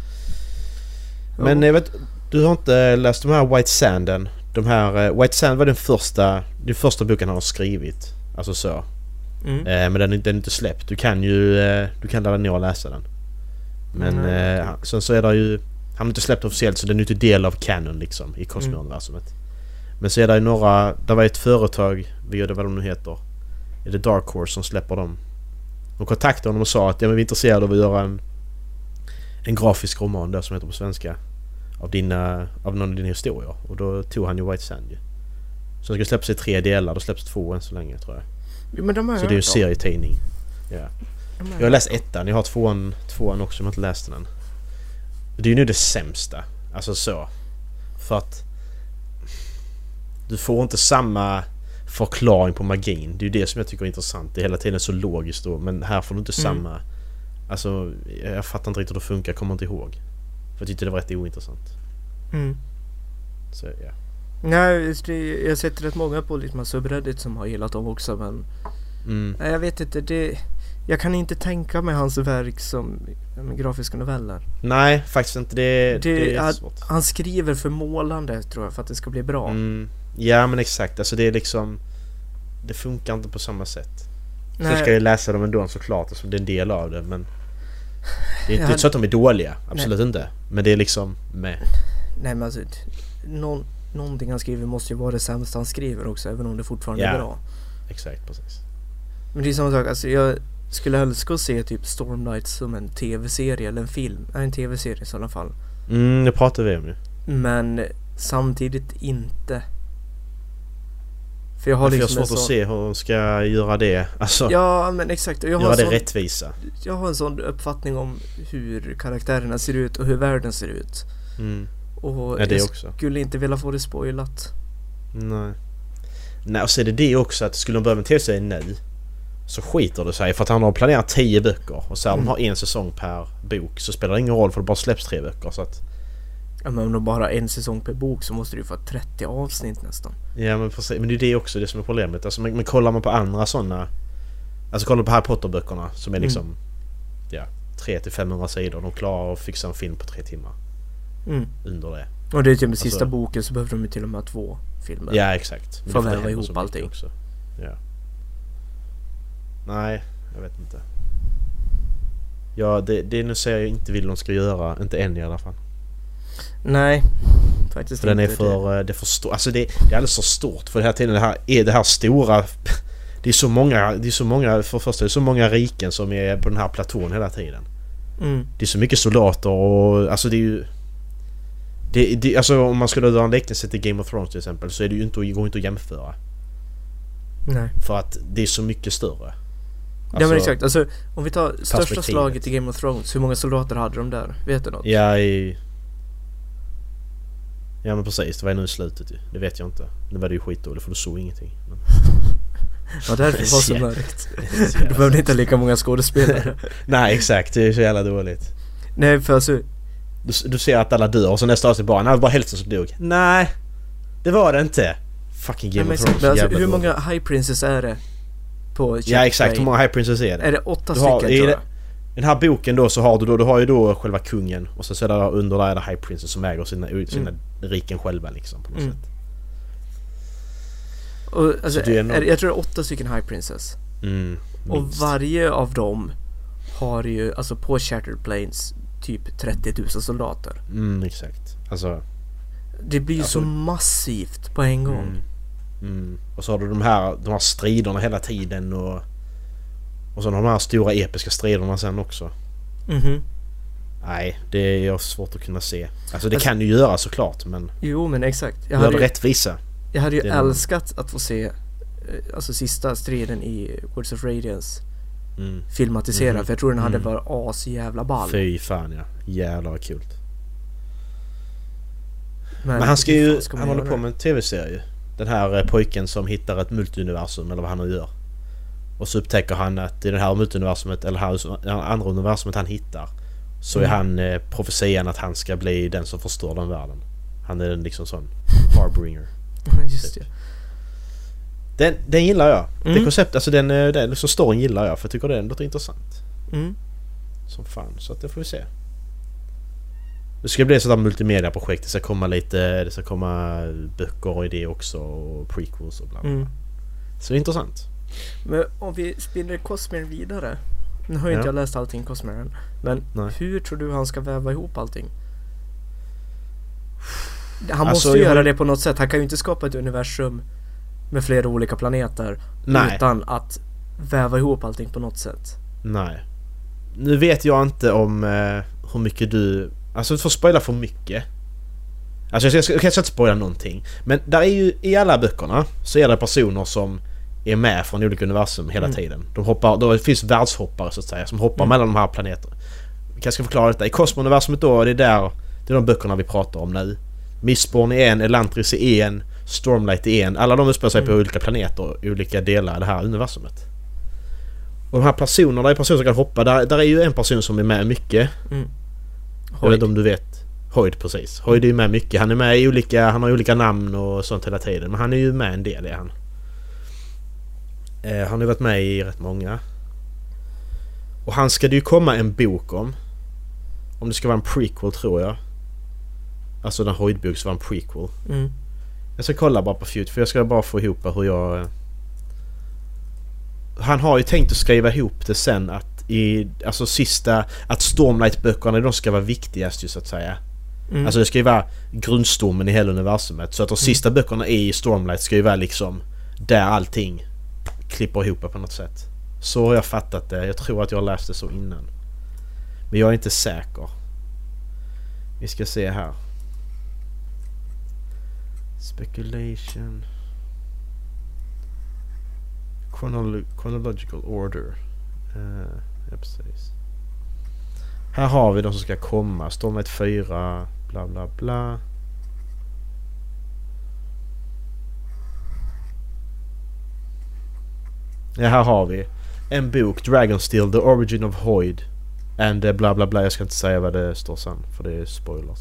Men jag vet, du har inte läst de här White Sanden? De här, uh, White Sand var den första, den första boken han har skrivit. Alltså så. Mm. Eh, men den, den är inte släppt. Du kan ju, eh, du kan ladda ner och läsa den. Men Mm. eh, sen så är det ju, han har inte släppt officiellt så den är inte del av canon liksom i Cosmere-universumet. Mm. Men så är det ju några, det var ett företag, vi gör det vad de nu heter. Är det Dark Horse som släpper dem? De kontaktade honom och sa att ja, men vi är intresserade av att göra en, en grafisk roman där som heter på svenska. Av, dina, av någon av dina historier. Och då tog han ju White Sand ju. Så den ska släppas i tre delar, då släpps två än så länge tror jag. Jo, men de har Så det är ju en serietidning. Ja. De Jag har läst ettan, jag har tvåan, tvåan också men jag har inte läst den än. Det är ju nu det sämsta. Alltså så. För att du får inte samma förklaring på magin. Det är ju det som jag tycker är intressant. Det är hela tiden så logiskt då. Men här får du inte Mm. samma. Alltså jag fattar inte riktigt hur det funkar, jag kommer inte ihåg. För jag tyckte det var rätt ointressant. Mm. Så ja. Nej, just det, jag har sett rätt många på liksom subreddit som har gillat dem också, men Mm. nej, jag vet inte, det, jag kan inte tänka mig hans verk som ja, men, grafiska noveller. Nej, faktiskt inte. Det, det, Det är är- svårt. Han skriver för målande tror jag för att det ska bli bra. Mm. Ja men exakt, alltså det är liksom det funkar inte på samma sätt. Så Nej. ska jag läsa dem ändå såklart, alltså det är en del av det, men det är inte Jag hade- så att de är dåliga, absolut inte. Men det är liksom med. Nej men alltså, någon, någonting han skriver måste ju vara det sämsta han skriver också, även om det fortfarande Ja. är bra. Exakt, precis. Men det är samma sak, alltså jag skulle älska att se typ Storm Knight som en tv-serie eller en film. Nej, en tv-serie i sådana fall. Mm, det pratar vi om nu. Men samtidigt inte. För jag har För jag har liksom svårt en att sån... se hur de ska göra det. Alltså, Ja men exakt. Och jag, har göra en det sån... rättvisa. jag har en sån uppfattning om hur karaktärerna ser ut och hur världen ser ut. Mm. Och Ja, det jag också. skulle inte vilja få det spoilat. Nej. Nej, och så är det det också att skulle de börja med tv-serie nu så skiter det sig för att han har planerat tio böcker och så här, Mm. de har en säsong per bok, så spelar det ingen roll för det bara släpps tre böcker så att Ja, men om de bara har en säsong per bok så måste du ju få trettio avsnitt nästan. ja men precis, men det är det också det som är problemet. Alltså men, men kollar man på andra sådana, alltså kollar på Harry Potter-böckerna som är liksom Mm. ja, tre till femhundra sidor, de klarar att fixa en film på tre timmar Mm. under det. Och det är typ med sista Alltså- boken så behöver de ju till och med ha två filmer. Ja exakt. Men Får det väva händer ihop så mycket allting. också. Ja. Nej, jag vet inte. Ja, det, det nu säger jag inte vill de ska göra, inte än i alla fall. Nej, faktiskt För den är inte. för, det är för stort, alltså det, det är alldeles för stort för det här tiden, det här är det här stora, det är så många, det är så många, för första det är så många riken som är på den här platån hela tiden. Mm. Det är så mycket soldater och alltså det är ju det, det, alltså om man skulle dra en liknelse till Game of Thrones till exempel så är det ju inte, går inte att jämföra. Nej. För att det är så mycket större. Ja men exakt, alltså om vi tar största perspektivet. slaget i Game of Thrones, hur många soldater hade de där? Vet du något? Ja, i... Ja men precis, det var nu i slutet ju. Det vet jag inte. Nu var det ju skitdåligt för du såg ingenting. Men... Ja, därför var det så Ja. mörkt. Du behövde inte lika många skådespelare. Nej exakt, det är så jävla dåligt. Nej för alltså, Du, du ser att alla dör och så nästa avsnitt bara, nej det var bara hälften som dog. Nej, det var det inte. Fucking Game nej, of men Thrones, exakt, men alltså jävla hur dåligt. många High Princess är det? På Ja exakt, hur många High Princess är det? Är det åtta Du har- stycken i tror det- jag? I den här boken då så har du då, du har ju då själva kungen och så, så är det under där är det High Princess som äger sina, sina Mm. riken själva liksom på något Mm. sätt. Och, alltså, Så det är nog- är, jag tror det är åtta stycken High Princess. Mm, Och minst. varje av dem har ju, alltså på Shattered Plains, typ trettio tusen soldater. Mm, exakt. Alltså... Det blir ju Alltså- så massivt på en gång. Mm. Mm. Och så har du de här, de här striderna hela tiden och och så har de här stora episka striderna sen också. Mhm. Nej, det är jag svårt att kunna se. Alltså det Alltså- kan ju göra såklart, men Jo men exakt. Jag gör hade, det ju, rättvisa. jag hade ju Det är nog- älskat att få se eh, alltså sista striden i Words of Radiance Mm. filmatiserad. Mhm. För jag tror den hade Mm. varit as jävla ball. Fy fan ja. Jävlar vad kul. Men, Men han ska hur ju, fan ska man han håller göra på det? med en tv-serie. Den här eh, pojken som hittar ett multiuniversum eller vad han nu gör. Och så upptäcker han att i det här multiuniversumet eller här, det andra universumet han hittar så Mm. är han eh, profetian att han ska bli den som förstör den världen. Han är en liksom sån harbringer. Just det. Den, den gillar jag. Mm. Det konceptet, alltså den, eh, den liksom storyn gillar jag för jag tycker det låter intressant. Mm. Som fan, så att det får vi se. Det ska bli ett sådant multimedia-projekt. Det ska komma lite, det ska komma böcker och idéer också och prequels och bla bla. Mm. Så det är intressant. Men om vi spinner Cosmere vidare. Nu har ju Ja. inte jag läst allting Cosmere än. Men Nej. hur tror du han ska väva ihop allting? Han Alltså, måste jag göra har- det på något sätt. Han kan ju inte skapa ett universum med flera olika planeter Nej. utan att väva ihop allting på något sätt. Nej. Nu vet jag inte om eh, hur mycket du... Alltså du får spoila för mycket. Alltså jag ska, jag ska inte spoila någonting. Men där är ju i alla böckerna så är det personer som är med från olika universum hela Mm. tiden. De hoppar, då finns världshoppare så att säga som hoppar Mm. mellan de här planeterna. Jag ska förklara detta. I Cosmo-universumet då, det är där, det är de böckerna vi pratar om nu. Mistborn är en, Elantris är en, Stormlight är en. Alla de utspelar sig Mm. på olika planeter, olika delar av det här universumet. Och de här personerna är personer som kan hoppa. Där, där är ju en person som är med mycket. Mm. Jag vet inte om du vet. Hoyd, precis. Hoyd är ju med mycket. Han är med i olika, han har olika namn och sånt hela tiden. Men han är ju med en del, är han. Eh, han har ju varit med i rätt många. Och han ska det ju komma en bok om. Om det ska vara en prequel tror jag. Alltså den Hoyd-bok ska vara en prequel. Mm. Jag ska kolla bara på Fute för jag ska bara få ihop hur jag... eh, Han har ju tänkt att skriva ihop det sen att i, alltså sista, att Stormlight-böckerna de ska vara viktigast ju så att säga. Mm. Alltså det ska ju vara grundstommen i hela universumet. Så att de sista böckerna i Stormlight ska ju vara liksom där allting klipper ihop på något sätt. Så har jag fattat det. Jag tror att jag har läst det så innan. Men jag är inte säker. Vi ska se här. Speculation. Chronolo- chronological order. Uh, ja, precis. Här har vi de som ska komma. Stormlight fyra. Bla bla bla. Ja, här har vi en bok. Dragonsteel, The Origin of Hoyd. And uh, bla bla bla. Jag ska inte säga vad det står sen. För det är spoilers.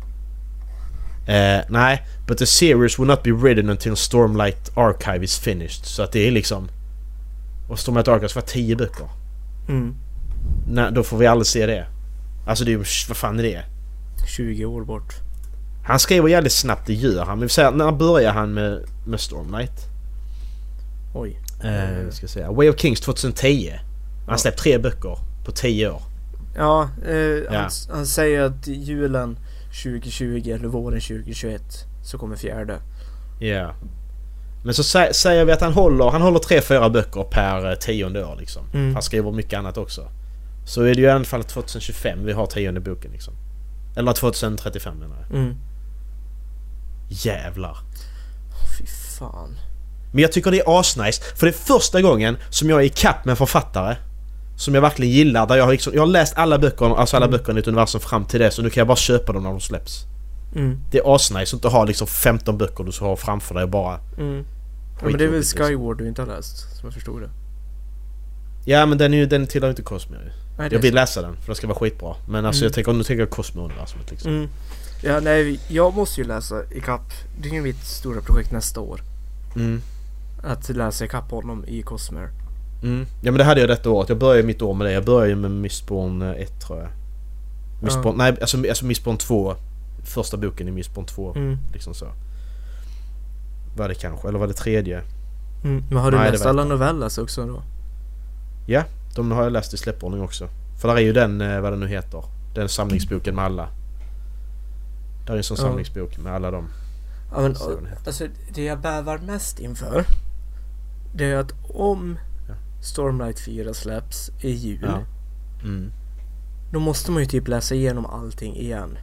Uh, nej, but the series will not be written until Stormlight Archive is finished. Så att det är liksom... Och Stormlight Archive ska vara tio böcker. Mm. Nej, då får vi aldrig se det. Alltså det är ju... Vad fan är det? tjugo år bort. Han skriver jävligt snabbt, det gör han. Men vi säger, när börjar han med, med Stormlight? Oj. Eh, vi ska säga. Way of Kings tjugohundratio. Han Ja. släppt tre böcker på tio år. Ja, eh, Ja. Han, han säger att julen tjugo tjugo eller våren tjugo tjugoett så kommer fjärde. Ja. Yeah. Men så sä- säger vi att han håller, han håller tre, fyra böcker per eh, tionde år liksom. Mm. Han skriver mycket annat också. Så är det ju i alla fall tjugohundratjugofem vi har tionde boken liksom. Eller tjugohundratrettiofem menar jag. Mm. Jävlar. Fy fan. Men jag tycker det är asnice. För det är första gången som jag är i kapp med en författare som jag verkligen gillar. Där jag har, liksom, jag har läst alla böcker, alltså alla Mm. böcker i ett universum fram till det. Så nu kan jag bara köpa dem när de släpps. Mm. Det är asnice att inte ha liksom femton böcker du ska ha framför dig och bara... Mm. Ja, men det är väl Skittråkigt, Skyward du inte har läst, som jag förstod det. Ja men den, är ju, den tillhör inte Cosmo ju. Nej, det Jag vill är läsa den för den ska vara skitbra. Men alltså Mm. jag tänker, nu tänker jag Cosmo-universumet liksom. Mm. Ja, nej, jag måste ju läsa ikapp. Det är ju mitt stora projekt nästa år. Mm. Att läsa ikapp honom i Cosmere. Mm. Ja men det hade jag detta året. Jag började mitt år med det. Jag började ju med Mistborn ett tror jag. Mistborn, Ja. nej alltså, alltså Mistborn två. Första boken i Mistborn två. Mm. Liksom så. Var det kanske? Eller var det tredje? Mm. Men har du Nej, det läst vet alla jag. novellas också då? Ja, de har jag läst i släppordning också. För där är ju den, eh, vad den nu heter. Den samlingsboken med alla. Där är en sån Ja. samlingsbok med alla dem. Ja, men, Så den heter. alltså, det jag bävar mest inför, det är att om Ja. Stormlight fyra släpps i jul, Ja. Mm. då måste man ju typ läsa igenom allting igen.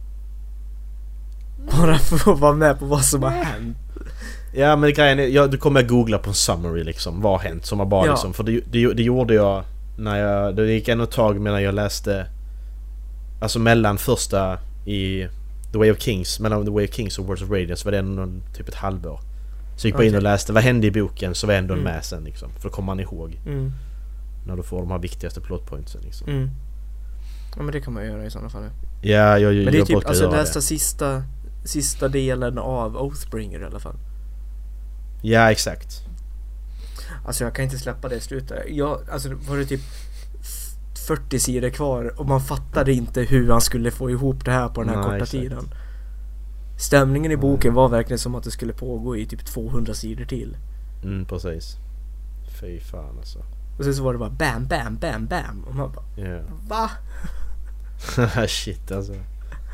Bara för att vara med på vad som har hänt. Ja men grejen är, jag, du kommer att googla på en summary liksom. Vad har hänt? Som var bara Ja. liksom. För det, det, det gjorde jag när jag, det gick ändå ett tag medan jag läste. Alltså mellan första i The Way of Kings, mellan The Way of Kings och Words of Radiance var det någon, typ ett halvår. Så gick jag in Okej. och läste, vad hände i boken? Så var ändå Mm. med sen liksom. För då kommer man ihåg Mm. när du får de här viktigaste plotpointsen liksom. Mm. Ja, men det kan man göra i sådana fall. Ja, jag, men det är jag typ alltså göra nästa det. sista sista delen av Oathbringer i alla fall. Ja, exakt. Alltså jag kan inte släppa det i slutet. Jag, alltså var det typ fyrtio sidor kvar och man fattade inte hur han skulle få ihop det här på den här Nej, korta exakt. tiden. Stämningen i boken var verkligen som att det skulle pågå i typ tvåhundra sidor till. Mm, precis. Fy fan alltså. Och sen så var det bara bam, bam, bam, bam. Och man bara, Ja. va? Shit alltså.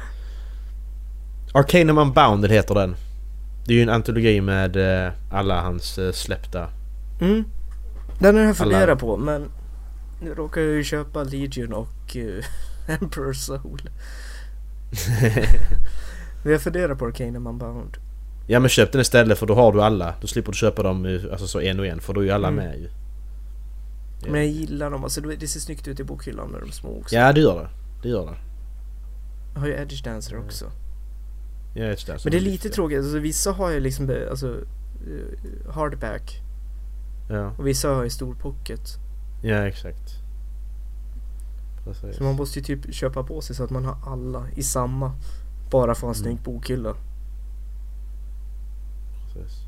Arcanum Unbounded heter den. Det är ju en antologi med eh, alla hans eh, släppta. Mm. Den är jag funderar Alla- på, men nu råkar jag ju köpa Legion och uh, Emperor Soul. Men jag funderar på Arcanum Unbound. Ja, men köp den istället, för då har du alla. Då slipper du köpa dem eh, alltså så en och en, för då är ju alla Mm. med ju. Ja. Men jag gillar dem, alltså det ser snyggt ut i bokhyllan när de är små också. Ja, det gör det. Det gör det. Jag har ju Edge Dancer också. Ja, det är där, Men det är lite tråkigt, alltså vissa har ju liksom eh, alltså uh, hardback Ja, och vissa har ju stor pocket. ja exakt. Precis. Så man måste ju typ köpa på sig så att man har alla i samma, bara för en Mm. snygg bokhylla. Precis.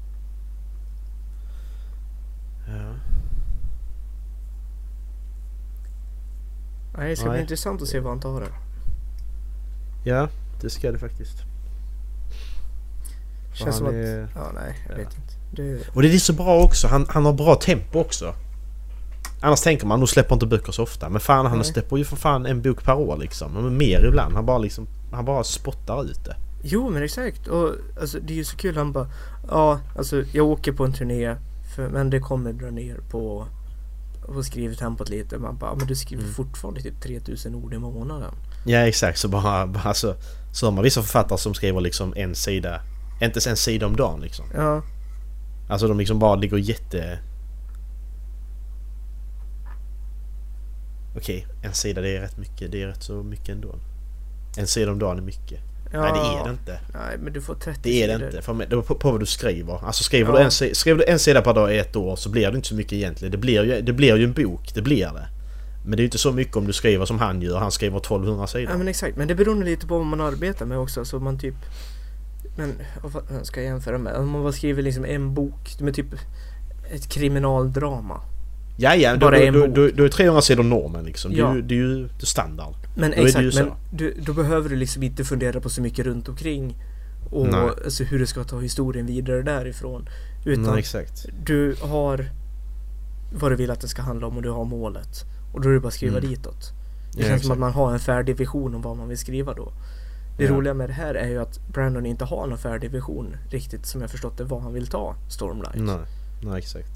Ja. Nej, det ska Nej. bli intressant att se vad han tar här. Ja, det ska det faktiskt. Känns som han att, är- ja nej, jag ja. vet inte. Det, Och det är så bra också. Han, han har bra tempo också. Annars tänker man, nu släpper inte böcker så ofta. Men fan, han Nej. släpper ju för fan en bok per år liksom. Men mer ibland. Han bara liksom, han bara spottar ut det. jo men exakt, och alltså det är ju så kul, han bara, ja alltså jag åker på en turné för, men det kommer dra ner på och skriver tempot lite. Man bara, men du skriver Mm. fortfarande typ tre tusen ord i månaden. Ja, exakt. Så bara, bara alltså, så har man vissa författare som skriver liksom en sida. Inte ens en sida om dagen liksom. Ja, Alltså de liksom bara ligger jätte... Okej, en sida det är rätt mycket. Det är rätt så mycket ändå. En sida om dagen är mycket. ja. Nej, det är det inte. Nej, men du får trettio Det är det sidor. inte. För det beror på, på vad du skriver. Alltså skriver, Ja. du en, si- skriver du en sida per dag i ett år så blir det inte så mycket egentligen. Det blir ju, det blir ju en bok. Det blir det. Men det är ju inte så mycket om du skriver som han gör. Han skriver tolvhundra sidor. Ja men exakt, men det beror nog lite på vad man arbetar med också. Så man typ, men vad fan ska jag jämföra med? Om man bara skriver liksom en bok med typ ett kriminaldrama. Ja, ja. Då, Bara då, en då, bok. då, då är trehundra sidor normen liksom. Ja. Det, är ju, det är ju det standard. Men Då är det exakt, ju så. men du, då behöver du liksom inte fundera på så mycket runt omkring och Nej. alltså, hur du ska ta historien vidare därifrån. Utan Nej, exakt. du har vad du vill att det ska handla om och du har målet. Och då är det bara att skriva Mm. ditåt. Det Ja, känns som exakt. att man har en färdig vision om vad man vill skriva då. Det Ja. roliga med det här är ju att Brandon inte har någon färdig vision riktigt, som jag förstått det, vad han vill ta Stormlight. Nej, nej exakt.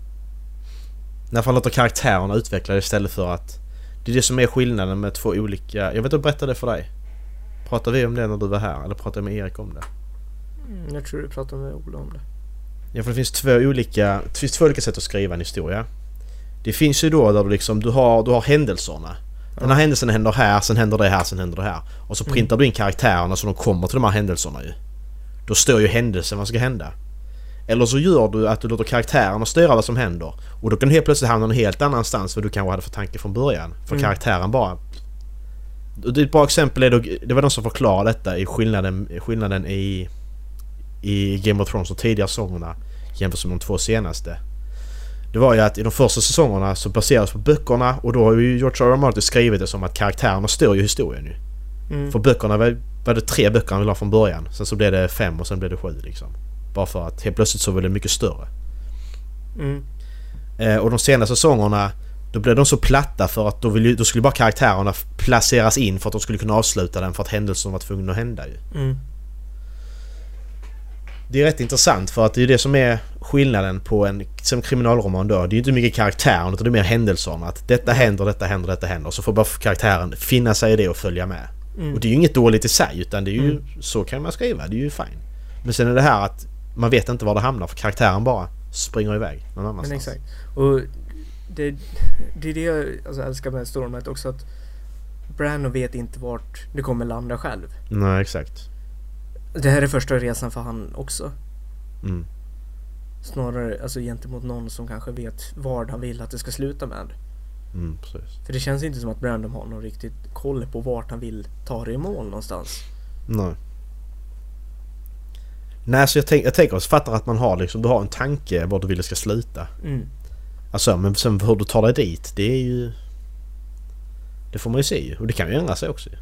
När han låter karaktärerna utveckla det istället för att... Det är det som är skillnaden med två olika... Jag vet inte, berätta det för dig. Pratade vi om det när du var här? Eller pratade jag med Erik om det? Mm, jag tror du pratade med Ola om det. Ja, för det finns två olika... Det finns två olika sätt att skriva en historia. Det finns ju då där du liksom... Du har, du har händelserna. Den här händelsen händer här, sen händer det här, sen händer det här. Och så Mm. printar du in karaktärerna så de kommer till de här händelserna ju. Då står ju händelsen vad ska hända. Eller så gör du att du låter karaktärerna styra vad som händer. Och då kan du helt plötsligt hamna någon helt annanstans vad du kanske hade för tanke från början. För Mm. karaktären bara... Det är ett bra exempel är då, det var någon som förklarade detta i skillnaden, skillnaden i, i Game of Thrones och tidigare säsongerna jämfört med de två senaste. Det var ju att i de första säsongerna så baseras på böckerna och då har ju George R. R. Martin skrivit det som att karaktärerna står ju historien nu. Mm. För böckerna var, var det tre böcker han ville ha från början. Sen så blev det fem och sen blev det sju liksom. Bara för att helt plötsligt så var det mycket större. Mm. Eh, och de senaste säsongerna då blev de så platta för att då, vill ju, då skulle bara karaktärerna placeras in för att de skulle kunna avsluta den för att händelsen var tvungen att hända ju. Mm. Det är rätt intressant för att det är det som är skillnaden på en som kriminalroman då. Det är ju inte mycket karaktären utan det är mer händelserna. Att detta händer, detta händer, detta händer. Så får bara karaktären finna sig i det och följa med. Mm. Och det är ju inget dåligt i sig utan det är ju Mm. så kan man skriva. Det är ju fine. Men sen är det här att man vet inte var det hamnar för karaktären bara springer iväg någon annanstans. Men exakt. Och det, det är det jag alltså, älskar med Stormlight också, att Brandon vet inte vart det kommer landa själv. Nej, exakt. Det här är första resan för han också. Mm. Snarare alltså gentemot någon som kanske vet vad han vill att det ska sluta med. Mm, precis. För det känns inte som att Brandon har någon riktigt koll på vart han vill ta det i mål någonstans. Nej. Nej, så jag, tänk, jag tänker också, fattar att man har liksom, du har en tanke var du vill det ska sluta. Mm. Alltså, men sen hur du tar dig dit, det är ju... Det får man ju se ju. Och det kan ju ändra sig också.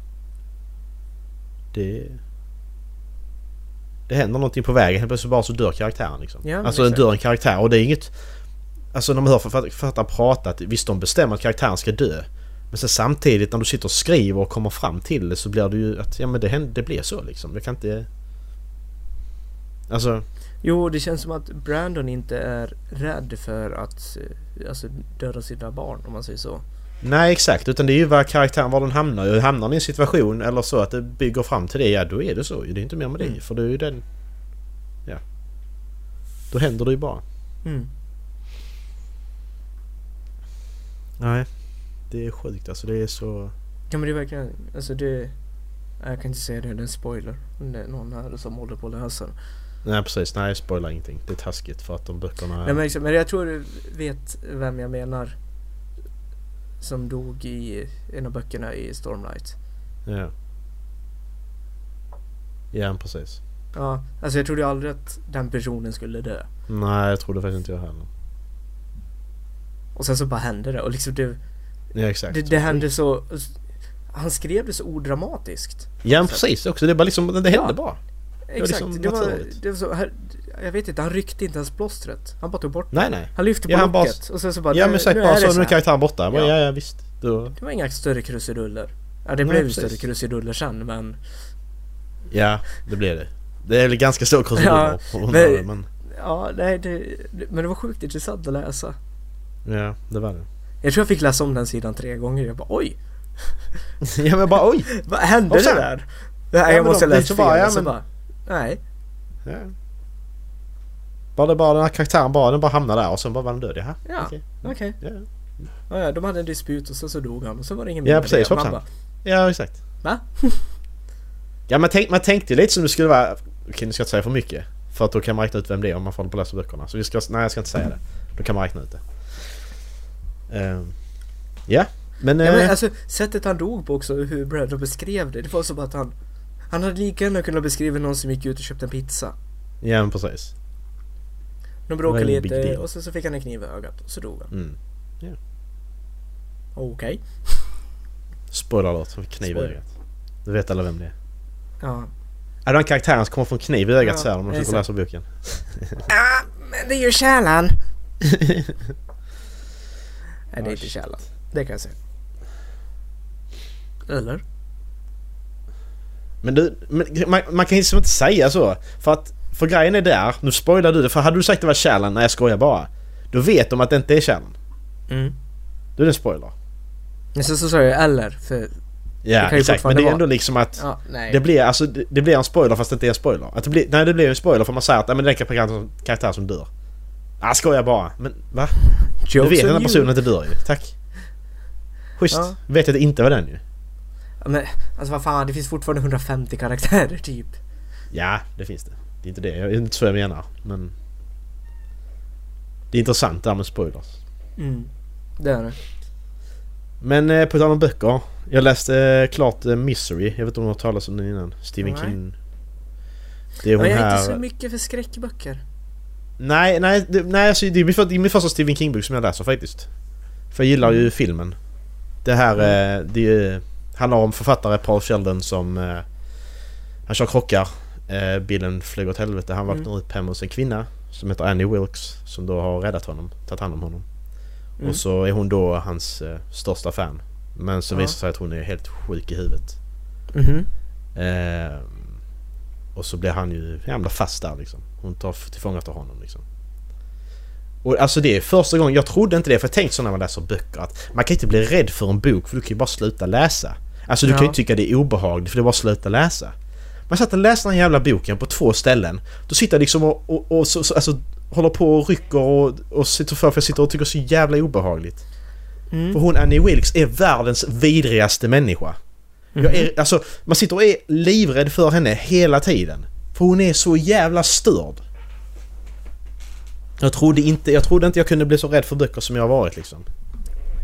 Det... Det händer någonting på vägen. Helt plötsligt bara så dör karaktären liksom. Ja, alltså den dör en karaktär och det är inget... Alltså när man hör författaren prata att visst de bestämmer att karaktären ska dö. Men sen samtidigt när du sitter och skriver och kommer fram till det så blir det ju att ja men det, händer, det blir så liksom. Jag kan inte... Alltså... Jo, det känns som att Brandon inte är rädd för att alltså, döda sina barn, om man säger så. Nej, exakt. Utan det är ju vad karaktären, var den hamnar. Och hamnar i en situation eller så att det bygger fram till det, ja då är det så. Det är inte mer med det. Mm. För det är ju den... Ja. Då händer det ju bara. Mm. Nej. Det är sjukt alltså. Det är så... Ja men det är verkligen... Alltså det... Jag kan inte säga det, det är en spoiler. Det är någon här som håller på att läsa den. Nej precis, nej spoilar ingenting. Det är taskigt för att de böckerna... Nej, men, men jag tror du vet vem jag menar. Som dog i en av böckerna i Stormlight. Ja. Ja precis. Ja, alltså jag trodde aldrig att den personen skulle dö. Nej, jag trodde faktiskt inte jag heller. Och sen så bara hände det. Och liksom det... Ja exakt. Det, det hände så... Han skrev det så odramatiskt. Ja men precis också. Det är bara liksom... Det hände ja. bara. Exakt, det var, liksom det var, det var så här, jag vet inte, han ryckte inte ens plåstret. Han bara tog bort nej, nej. Han lyfte på ja, locket bara, och sen så bara... Ja men säkert bara så, så nu är karaktären borta. Ja, ja, ja, ja visst. Då... Det var inga större krusiduller. Ja, det nej, blev ju större krusiduller sen, men... Ja, det blev det. Det är väl ganska stor krusiduller. Ja, men, men... ja nej, det, det, men det var sjukt intressant att läsa. Ja, det var det. Jag tror jag fick läsa om den sidan tre gånger. Jag bara, oj! Ja men bara, oj! Vad hände det där? Nej, ja, jag måste då, läsa fel. Bara, ja, men... bara, nej. Ja. Bara, bara den här karaktären bara, den bara hamnade där och sen bara var den död. Jaha, ja, okej. Okay. Okay. Ja. Ja, ja, de hade en disput och så, så dog han och så var det ingen ja, precis, man bara, ja, exakt. Va? Ja, man, tänk, man tänkte lite som det skulle vara... Okej, nu ska jag inte säga för mycket. För att då kan man räkna ut vem det är om man får på läsa böckerna. Så vi ska, nej, jag ska inte säga det. Då kan man räkna ut det. Uh, ja, men... Ja, men uh, alltså, sättet han dog på också, hur Brandon beskrev det. Det var som att han... Han hade lika gärna kunnat beskriva någon som gick ut och köpte en pizza. Ja, men precis. De bråkade lite och så, så fick han en kniv i ögat och så dog han. Mm. Yeah. Okej. Okay. Spoiler alert, som kniv i ögat. Du vet alla vem det är. Ja. Är det en karaktär som kommer från kniv i ögat ja, så här om man ska läsa boken? Ja, men det är ju kärlan. Nej, det är inte kärlan. Det kan jag säga. Eller? Men du, men man, man kan ju inte säga så. För att, för grejen är där, nu spoilar du det. För hade du sagt det var kärlan, när jag skojar bara. Då vet de att det inte är kärlan. Mm. Då är det en spoiler. Men så, så sa jag eller, för... Ja, exakt. Men det är ändå liksom att... Ja, nej. Det blir, alltså, det, det blir en spoiler fast det inte är en spoiler. Att det blir, nej, det blir en spoiler för man säger att nej, men det är en karaktär, karaktär som dör. Ah, skojar bara. Men, va? Jokes du vet att den personen inte dör ju. Tack. Schysst. Ja. Vet att det inte var den ju. Men alltså vad fan, det finns fortfarande hundrafemtio karaktärer typ. Ja, det finns det. Det är inte det, jag är inte så jag menar. Men det är intressant där med spoilers. Mm, det är det. Men eh, på ett annat böcker. Jag läste eh, klart eh, Misery. Jag vet inte om du har talat om den innan. Stephen nej. King. Det är hon ja, jag är här... inte så mycket för skräckböcker. Nej, nej, det, nej alltså, det är min, för, det är min första Stephen King-bok som jag läser faktiskt. För jag gillar ju filmen. Det här, mm. eh, det handlar om författare Paul Sheldon som eh, han kör krockar. Eh, bilen flyger åt helvete. Han vaknar mm. upp hemma hos en kvinna som heter Annie Wilkes som då har räddat honom, tagit hand om honom. Mm. Och så är hon då hans eh, största fan. Men så ja. visar sig att hon är helt sjuk i huvudet. Mm-hmm. Eh, och så blir han ju jävla fast där liksom. Hon tar tillfångat av honom liksom. Och alltså det är första gången, jag trodde inte det, för jag tänkte så när man läser böcker att man kan inte bli rädd för en bok för du kan ju bara sluta läsa. Alltså du ja. kan ju tycka det är obehagligt för det är bara sluta läsa. Man satt och läste den jävla boken på två ställen. Då sitter jag liksom och, och, och så, så, alltså, håller på och rycker och, och sitter för för jag sitter och tycker så jävla obehagligt. Mm. För hon Annie Wilkes är världens vidrigaste människa. Mm. Jag är, alltså, man sitter och är livrädd för henne hela tiden. För hon är så jävla störd. Jag trodde inte jag trodde inte jag kunde bli så rädd för böcker som jag har varit liksom.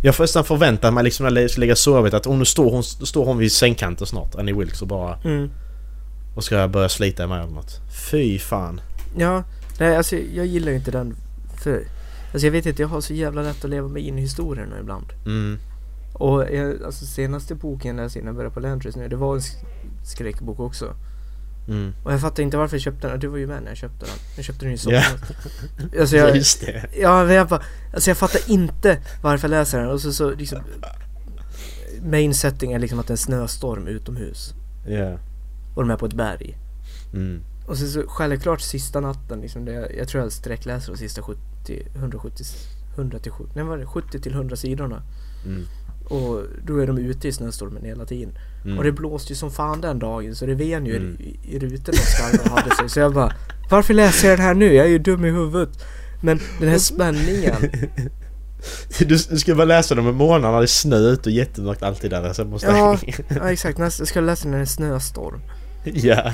Jag först förväntar mig liksom när jag lägger sovet att om nu står hon, står hon vid sängkanten snart, Annie Wilkes, och bara Mm. och ska jag börja slita i mig eller något. Fy fan. Ja, nej alltså jag gillar ju inte den för alltså jag vet inte, jag har så jävla lätt att leva mig in i historierna ibland. Mm. Och jag, alltså senaste boken jag läste innan jag började på Landris nu, det var en sk- skräckbok också. Mm. Och jag fattar inte varför jag köpte den. Du var ju med när jag köpte den. Jag köpte den i sommar. Ja. Alltså jag, Just det. ja, men jag bara, alltså jag fattar inte varför jag läser den. Och så, så liksom main setting är liksom att det är en snöstorm utomhus. Ja. Och de är på ett berg. Mm. Och så, så självklart sista natten liksom det, jag tror jag sträckläser de sista sjuttio, hundrasjuttio, hundra till sjuttio, nej, vad var det, sjuttio till hundra sidorna. Mm. Och då är de ute i snöstormen hela tiden. Mm. Och det blåste ju som fan den dagen, så det ven ju Mm. i, i rutorna skarven hade sig. Så jag bara, varför läser jag den här nu? Jag är ju dum i huvudet. Men den här spänningen. Du, du ska bara läsa dem en månad när det är snö ute och jättemörkt alltid där. Så måste Ja, ja, exakt. Jag ska läsa den när det är en snöstorm. Ja.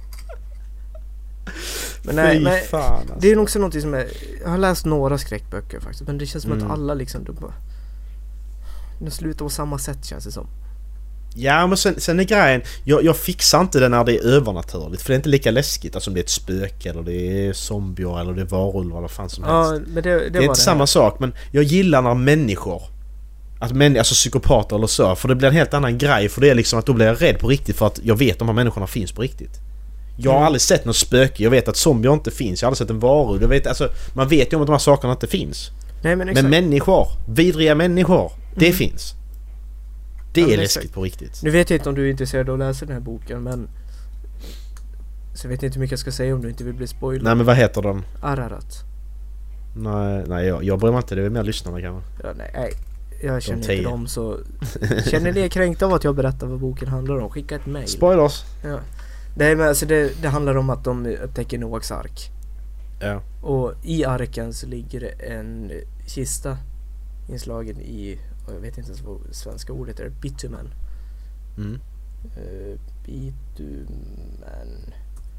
Men nej, Fy men fan, alltså. det är nog också något som är, jag har läst några skräckböcker faktiskt, men det känns som Mm. att alla liksom de, bara, de slutar på samma sätt, känns det som. Ja, men sen, sen är grejen, jag, jag fixar inte det när det är övernaturligt, för det är inte lika läskigt, alltså om det är ett spöke eller det är zombier eller det är varulvar eller vad fan som helst. Ja, men det, det, det är inte samma sak, men jag gillar när människor, att män, alltså psykopater eller så, för det blir en helt annan grej, för det är liksom att då blir jag rädd på riktigt för att jag vet att de här människorna finns på riktigt. Jag har Mm. aldrig sett något spöke, jag vet att zombier inte finns, jag har aldrig sett en varulv, jag vet, alltså, man vet ju om att de här sakerna inte finns. nej, men exakt. Men människor, vidriga människor, det Mm. finns. Det Ja, är men läskigt exakt. på riktigt. Nu vet jag inte om du är intresserad av att läsa den här boken, men så jag vet inte hur mycket jag ska säga om du inte vill bli spoilad. Nej, men vad heter de? Ararat. Nej, nej jag, jag bryr mig inte, det är mer lyssnarna kanske. Ja, nej, nej, jag känner tio. inte dem, så känner ni er kränkt av att jag berättar vad boken handlar om? Skicka ett mejl. Spoilers! Ja. Nej, men alltså det, det handlar om att de upptäcker Noaks ark. Ja. Och i arken så ligger det en kista inslagen i, och jag vet inte ens vad svenska ordet är, bitumen. Mm. Uh, bitumen.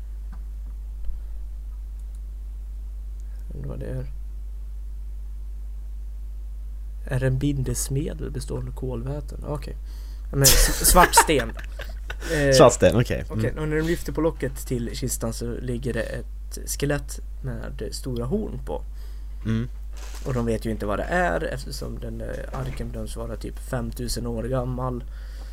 Undrar vad det är. Är det en bindesmedel bestående av kolväten? Okej. Okay. Men s- svart sten. Eh, Svartsten, okej. Okej, Mm. och när de lyfter på locket till kistan så ligger det ett skelett med stora horn på. Mm. Och de vet ju inte vad det är eftersom den där arken bedöms vara typ femtusen år gammal.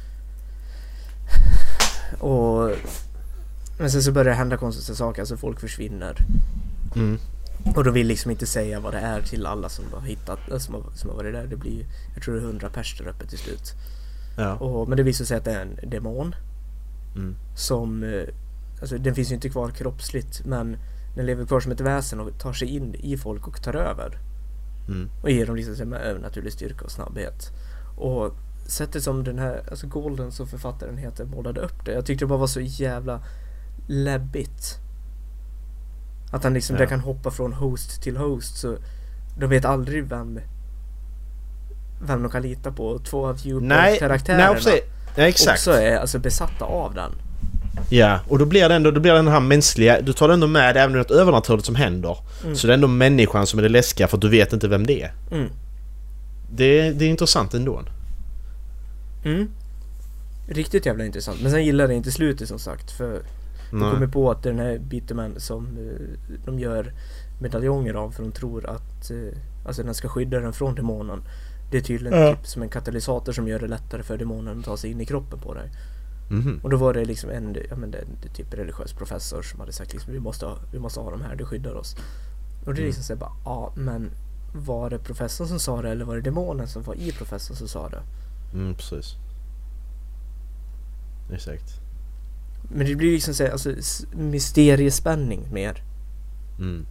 Och men sen så börjar det hända konstiga saker, alltså folk försvinner. Mm. Och de vill liksom inte säga vad det är till alla som har hittat, som har, som har varit där. Det blir, jag tror det är hundra pers där uppe till slut. Ja. Och, men det visar sig att det är en demon. Mm. Som, eh, alltså den finns ju inte kvar kroppsligt, men den lever kvar som ett väsen och tar sig in i folk och tar över. Mm. Och ger dem liksom med övernaturlig styrka och snabbhet. Och sättet som den här, alltså Golden som författaren heter, målade upp det. Jag tyckte det bara var så jävla läbbigt. Att han liksom Ja. där kan hoppa från host till host, så de vet aldrig vem vem de kan lita på. Två av Nej, Viewpoint-karaktärerna nej, precis. Ja, exakt. också är alltså besatta av den. Ja, och då blir det ändå, då blir det den här mänskliga, du tar det ändå med även något övernaturligt som händer. Mm. Så det är ändå människan som är det läskiga för att du vet inte vem det är. Mm. Det, det är intressant ändå. Mm. Riktigt jävla intressant. Men sen gillar jag inte slutet som sagt, för de Nej. kommer på att den här bitumen som eh, de gör medaljonger av, för de tror att eh, alltså den ska skydda den från demonen. Det är tydligen Ja. typ som en katalysator som gör det lättare för demonen att ta sig in i kroppen på dig. Mhm. Och då var det liksom en, ja men det, det typ religiös professor som hade sagt liksom, vi måste ha, vi måste ha de här, det skyddar oss. Och det är liksom så här bara, ja men var det professorn som sa det eller var det demonen som var i professorn som sa det? Mm, precis. Exakt. Men det blir liksom så här, alltså s- mysteriespänning mer. Mm.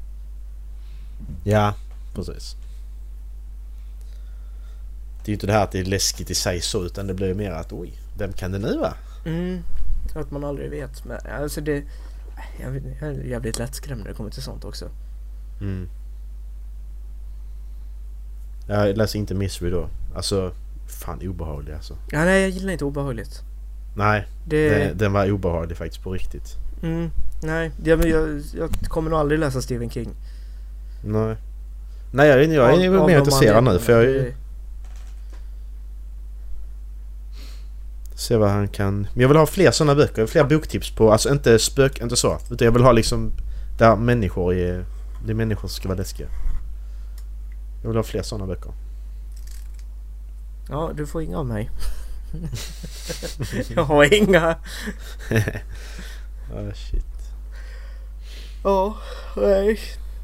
Ja, precis. Det är ju inte det här att det är läskigt i sig så, utan det blir ju mer att oj, vem kan det nu vara? Mm, att man aldrig vet. Men alltså det, jag, vet, jag är jävligt lättskrämd när det kommer till sånt också. Mm. Jag läser inte Misery då. Alltså, fan obehaglig alltså. Ja, nej, jag gillar inte obehagligt. Nej, Det, den, den var obehaglig faktiskt på riktigt. mm, nej, det, men jag, jag kommer nog aldrig läsa Stephen King. Nej. Nej, jag, jag är Av- av mer de intresserad nu för jag, anledningarna. Se vad han kan... Men jag vill ha fler sådana böcker. Fler boktips på... Alltså inte spök, inte så. Utan jag vill ha liksom... Där människor är... Det är människor som ska vara läskiga. Jag vill ha fler sådana böcker. Ja, du får inga av mig. Jag har inga. Ah, shit. Ja, nej.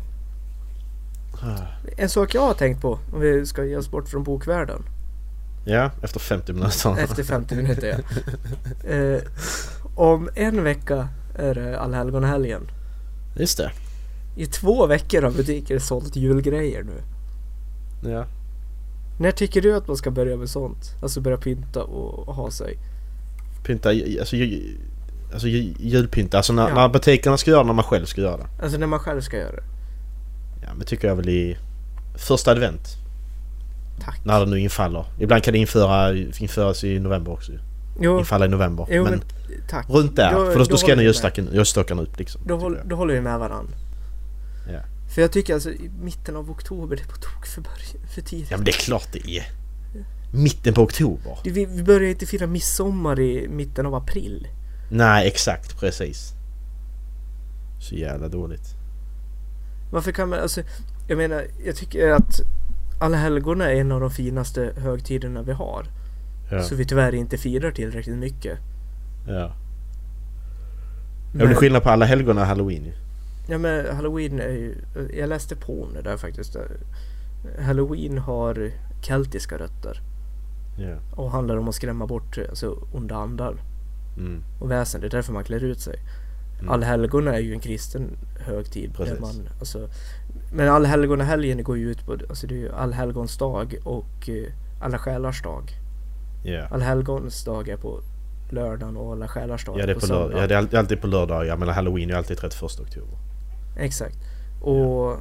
En sak jag har tänkt på, om vi ska ge oss bort från bokvärlden. Ja, efter femtio minuter. Efter femtio minuter, ja. eh, om en vecka är det Allhelgonahelgen. Just det. I två veckor har butiker sålt julgrejer nu. Ja. När tycker du att man ska börja med sånt? Alltså börja pynta och ha sig? Pynta, alltså, ju, alltså ju, julpynta. Alltså när, Ja. när butikerna ska göra det, när man själv ska göra det. Alltså när man själv ska göra det. Ja, men tycker jag väl i första advent. Tack. När det nu infaller. Ibland kan det införa, införas i november också. Jo, Infalla i november. jo men, men tack. runt där. Då- för då, då då ska håller den jag ljusstaken, ljusstockarna upp liksom. Då, tycker håll, jag. då håller vi med varann. Ja. För jag tycker alltså i mitten av oktober, det är på tok för, början, för tidigt. Ja, men det är klart det är. Mitten på oktober. Det- Vi, vi börjar inte fira midsommar i mitten av april. Nej, exakt. Precis. Så jävla dåligt. Varför kan man, alltså, jag menar, jag tycker att Alla helgona är en av de finaste högtiderna vi har. Ja. Så vi tyvärr inte firar tillräckligt mycket. Ja. Ja, Men, men det är skillnad på alla helgona och Halloween ju. ja, men Halloween är ju, jag läste på om det där faktiskt. Halloween har keltiska rötter. Ja. Och handlar om att skrämma bort alltså, onda andar Mm. och väsen. Det är därför man klär ut sig. Mm. Allhelgona är ju en kristen högtid. Där Precis. man, alltså, men Allhelgonahelgen går ju ut på, alltså det är ju Allhelgons dag och uh, Alla själars dag. Ja. Allhelgons dag är på lördagen och Alla själars dag Ja, det är på på lördag. söndagen. Ja, det är all- det är alltid på lördag. Ja, men Halloween är alltid trettioförsta oktober. Exakt. Och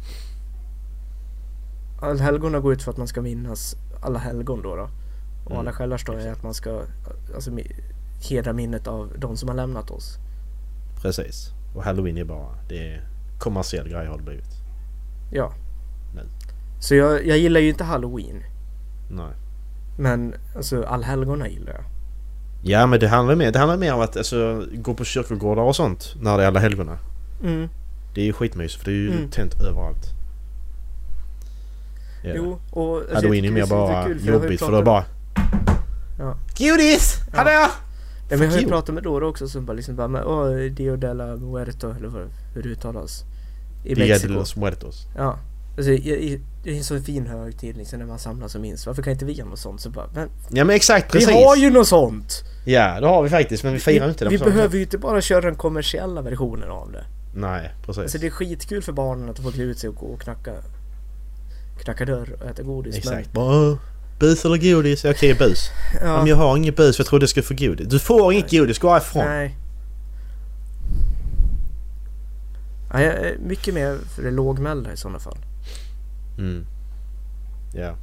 Allhelgona går ut för att man ska minnas alla helgon då, då. Och Mm, Alla själars dag är exakt. att man ska alltså, mi- hedra minnet av de som har lämnat oss. Precis. Och Halloween är bara... Det är kommersiell grej har det blivit. Ja. Nej. Så jag, jag gillar ju inte Halloween. Nej. Men alltså allhelgona gillar jag. Ja, men det handlar mer, det handlar mer om att alltså, gå på kyrkogårdar och sånt när det är alla helgona. Mm. Det är ju skitmys för det är ju Mm. tänt överallt. Ja. Jo, och alltså, Halloween är jag mer tycker det bara så kul, för jag har ju jobbigt för pratat- då bara... Ja. Godis! Ja. Hallå! Ja, men jag har ju Jo. pratat med Dora också som bara liksom bara med, åh, Dio de la Muerto eller vad, hur det uttalas. I Dia de Mexiko. los Muertos. Ja. Alltså, jag, jag, det är en så fin högtid liksom när man samlas och minns. Varför kan inte vi ha något sånt? Så bara, men Ja, men exakt, precis. vi har ju något sånt! Ja, det har vi faktiskt, men vi firar vi, inte det Vi på samma behöver sätt. ju inte bara köra den kommersiella versionen av det. Nej, precis. Alltså det är skitkul för barnen att få klä ut sig och gå och knacka knacka dörr och äta godis. Exakt. Bara, bus eller godis? Okej, bus. Men, ja, Men jag har inget bus för jag trodde jag skulle få godis. Du får inget godis, gå härifrån. nej. Ja, jag är mycket mer för det lågmälda i sådana fall. Mm. Ja.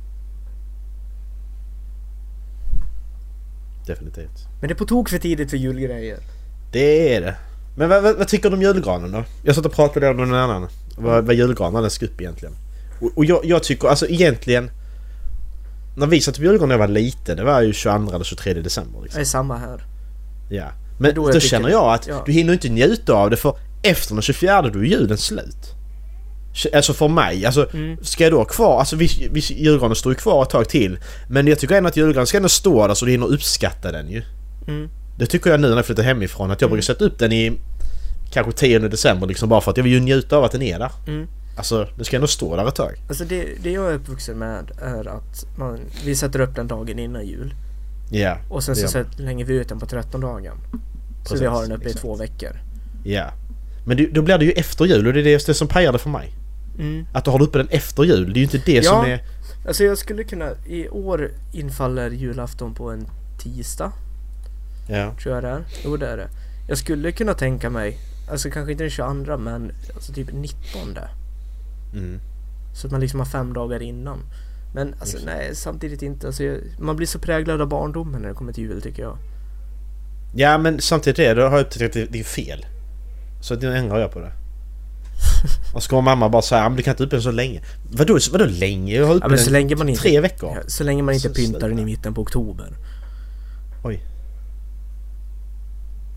Definitivt. Men det är på tok för tidigt för julgrejer. Det är det. Men vad, vad, vad tycker du om julgranen då? Jag satt och pratade om någon annan. Vad, vad julgranen ska upp egentligen. Och, och jag, jag tycker, alltså egentligen... När vi satt på julgranen när jag var liten, det var ju tjugoandra eller tjugotredje december liksom. Det är samma här. Ja. Men Då då, jag tycker- känner jag att ja. du hinner inte njuta av det för efter den tjugofjärde då är julen slut. Alltså för mig, alltså Mm. ska jag då ha kvar, alltså vi, vi, julgranen står ju kvar ett tag till. Men jag tycker ändå att julgranen ska ändå stå där så du hinner uppskatta den ju. Mm. Det tycker jag nu när jag flyttar hemifrån, att jag brukar sätta upp den i kanske tionde december liksom, bara för att jag vill ju njuta av att den är där. Mm. Alltså, den ska ändå stå där ett tag. Alltså det, det jag är uppvuxen med är att man, vi sätter upp den dagen innan jul. Ja. Och sen det så gör man. sätter, lägger vi ut den på trettondagen. Så Precis, vi har den uppe exakt. i två veckor. Ja. Men det, då blir det ju efter jul och det är det, det som pajar det för mig. Mm. Att du har uppe den efter jul, det är ju inte det Ja. som är... Alltså jag skulle kunna, i år infaller julafton på en tisdag. Ja. Tror jag det är. Jo det är det. Jag skulle kunna tänka mig, alltså kanske inte den tjugoandra men alltså typ nittonde. Mm. Så att man liksom har fem dagar innan. Men alltså Just. nej, samtidigt inte. Alltså, jag, man blir så präglad av barndomen när det kommer till jul tycker jag. Ja, men samtidigt är det, då har jag upptäckt att det, det är fel. Så nu ändrar jag på det. Och så kommer mamma bara säga, men du kan inte upp den så länge. Vadå, vadå länge? Jag har upp Ja, men den så länge man inte, tre veckor. ja, så länge man inte Så pyntar den i sluta. mitten på oktober. Oj.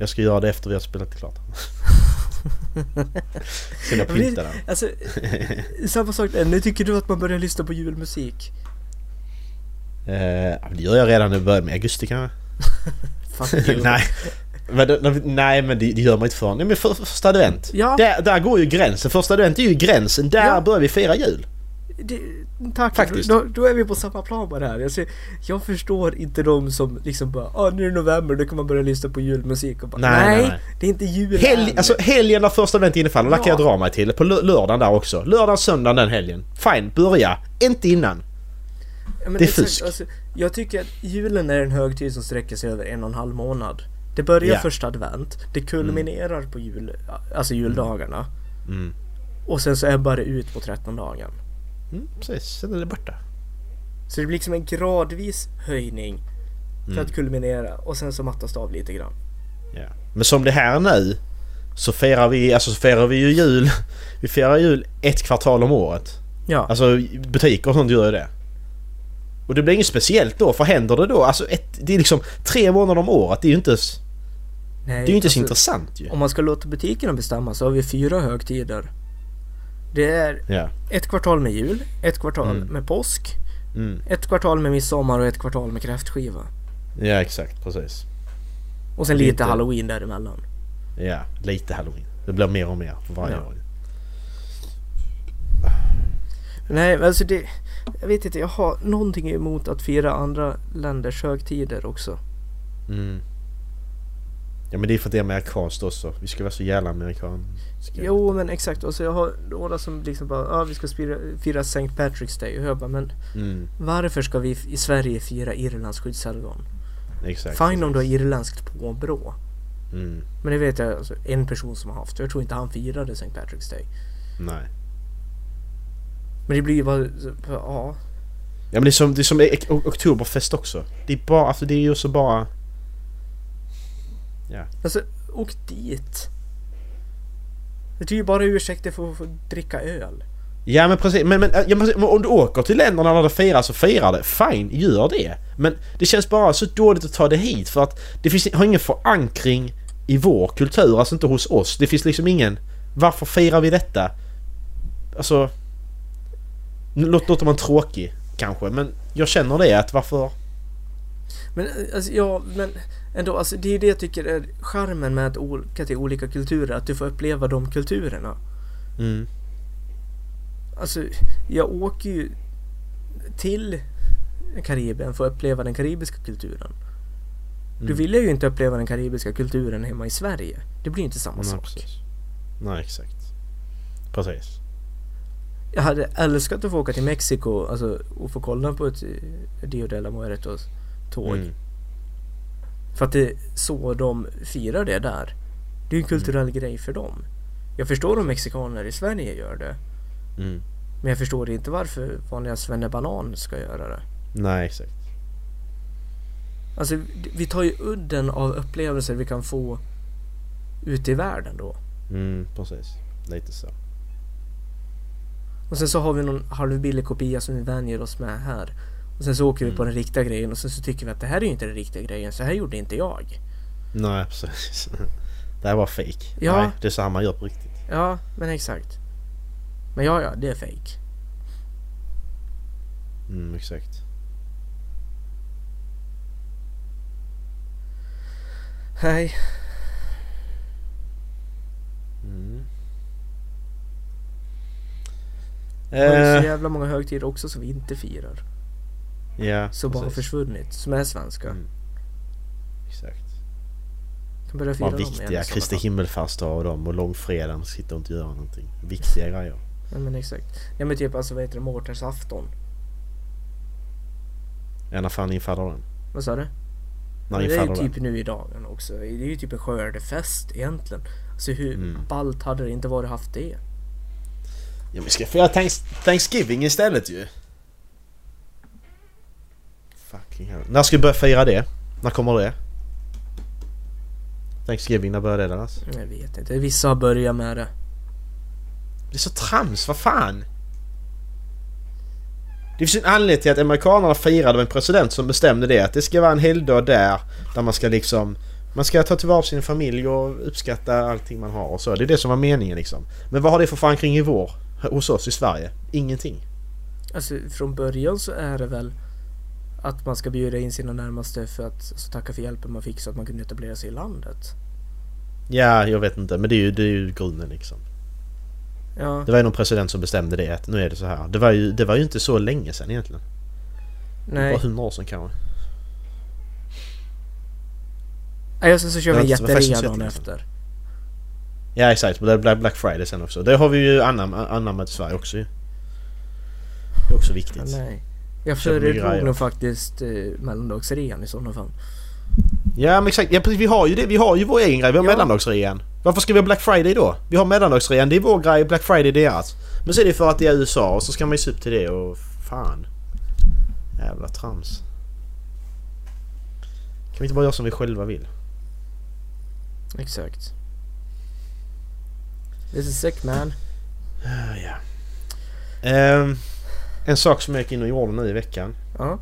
Jag ska göra det efter vi har spelat klart. Sen jag pyntar den. Alltså, samma sak där. Nu tycker du att man börjar lyssna på julmusik? Eh, det gör jag redan när vi börjar med augusti kanske. Nej. Men, nej men det, det gör man inte för. Nej men för, första advent. Ja. Där, där går ju gränsen. Första advent är ju gränsen. Där ja. börjar vi fira jul. Det, tack. Faktiskt. Då, då är vi på samma plan med det här. Jag, ser, jag förstår inte de som liksom bara ah, nu är det november, då kan man börja lyssna på julmusik och bara, nej, nej, nej. Det är inte jul. Helg, alltså helgen när första advent innefaller, ja. Där kan jag dra mig till. På lördagen där också. Lördagen, söndagen den helgen. Fine, börja. Inte innan. Ja, men det är exakt, fusk. Alltså, jag tycker att julen är en högtid som sträcker sig över en och en halv månad. Det börjar yeah. första advent. Det kulminerar mm. på jul, alltså juldagarna. Mm. Och sen så ebbar det ut på trettondagen. Mm, precis, sen är det borta. Så det blir liksom en gradvis höjning för mm. att kulminera. Och sen så mattas det av lite grann. Ja. Men som det här nu, så firar vi, alltså så firar vi ju jul. Vi firar jul ett kvartal om året. Ja. Alltså butiker och sånt gör ju det. Och det blir inget speciellt då, för händer det då, alltså ett, det är liksom tre månader om året, det är ju inte, Nej, det är ju inte alltså, så intressant ju. Om man ska låta butikerna bestämma så har vi fyra högtider. Det är ja. ett kvartal med jul, ett kvartal mm. med påsk, mm. ett kvartal med midsommar och ett kvartal med kräftskiva. Ja, exakt, precis. Och sen lite, lite Halloween däremellan. Ja, lite Halloween. Det blir mer och mer för varje ja. år. Nej, alltså det... Jag vet inte, jag har någonting emot att fira andra länders högtider också. Mm. Ja, men det är för att det är amerikanskt också. Vi ska vara så jävla amerikan. Jo, men exakt. Alltså jag har några som liksom bara, ja, vi ska fira, fira Saint Patrick's Day. Och jag bara, men mm. varför ska vi i Sverige fira Irlands skyddshelgon? Exakt. Fine om du har irländskt påbrå. Mm. Men det vet jag, alltså, en person som har haft. Jag tror inte han firade Saint Patrick's Day. Nej. Men det blir ju bara, ja. Ja, men det är som, det är som oktoberfest också. Det är bara, alltså det är ju så bara... Ja. Alltså, åk dit. Det är ju bara ursäkter för att få dricka öl. Ja, men precis. Men, men, ja, men om du åker till länderna när det firar så firar det. Fine, gör det. Men det känns bara så dåligt att ta det hit. För att det finns, har ingen förankring i vår kultur. Alltså inte hos oss. Det finns liksom ingen... Varför firar vi detta? Alltså... Nu låter man tråkig kanske, men jag känner det att varför... Men alltså, ja, men ändå, alltså, det är det jag tycker är charmen med att åka till olika kulturer, att du får uppleva de kulturerna. Mm. Alltså, jag åker ju till Karibien för att uppleva den karibiska kulturen. Mm. Du vill ju inte uppleva den karibiska kulturen hemma i Sverige. Det blir inte samma Nej, sak. Precis. Nej, exakt. Precis. Jag hade älskat att få åka till Mexiko, alltså, och få kolla på ett Dia de los Muertos tåg. Mm. För att det är så de firar det där. Det är en kulturell mm. grej för dem. Jag förstår om mexikaner i Sverige gör det. Mm. Men jag förstår inte varför vanliga svennebanan ska göra det. Nej, exakt. Alltså, vi tar ju udden av upplevelser vi kan få ute i världen då. Mm, precis. Lite så. Och sen så har vi någon halvbillig kopia som vi vänjer oss med här. Och sen så åker mm. vi på den riktiga grejen. Och sen så tycker vi att det här är ju inte den riktiga grejen. Så här gjorde inte jag. Nej, precis. Det här var fake. Ja. Nej, det är så här man gör på riktigt. Ja, men exakt. Men ja, ja, det är fake. Mm, exakt. Hej. Mm. Det är så jävla många högtider också som vi inte firar. Ja, så bara har försvunnit, som är svenska. Mm. Exakt. Kan börja fira dem viktiga, Kristi himmelfärdsdag och dem och långfredagen sitter och inte göra någonting. Viktiga grejer. Ja, men exakt. Ja, men typ alltså, vad heter det, Mårtens afton. Ja, när fan infaller den? Vad sa du? När det är ju typ den? nu i dagen också. Det är ju typ en skördefest egentligen. Så hur mm. ballt hade det inte varit haft det? Ja, vi ska fira thanks- Thanksgiving istället ju. Fucking hell. När ska vi börja fira det? När kommer det? Thanksgiving, när börjar det där? Jag vet inte. Vissa har börjat med det. Det är så trams, vad fan? Det finns en anledning till att amerikanerna firade med en president som bestämde det. Att det ska vara en helgdag där. Där man ska liksom Man ska ta tillvara på sin familj och uppskatta allting man har och så. Det är det som var meningen liksom. Men vad har det för förankring i vår, hos oss i Sverige? Ingenting. Alltså från början så är det väl att man ska bjuda in sina närmaste för att alltså, tacka för hjälpen man fick så att man kunde etablera sig i landet. Ja, jag vet inte. Men det är ju, det är ju grunden liksom. Ja. Det var ju någon president som bestämde det. Att nu är det så här. Det var ju, det var ju inte så länge sedan egentligen. Nej. Bara hundra år sedan kanske. Ja, sen så kör vi en jätterea dagen liksom. efter. Ja, exakt. Men det är Black Friday sen också. Det har vi ju anammat i Sverige också ju. Det är också viktigt. Ja, nej. Jag föredrog nog faktiskt eh, mellandagsrean i sådana fall. Ja, men exakt. Ja, precis. Vi har ju det. Vi har ju vår egen grej. Vi har ja. mellandagsrean. Varför ska vi ha Black Friday då? Vi har mellandagsrean. Det är vår grej. Black Friday deras. Men så är det för att det är U S A och så ska man ju se upp till det och fan. Jävla trams. Kan vi inte bara göra som vi själva vill? Exakt. This is sick, man. Uh, ja. Um, en sak som jag gick in och gjorde nu i veckan. Ja.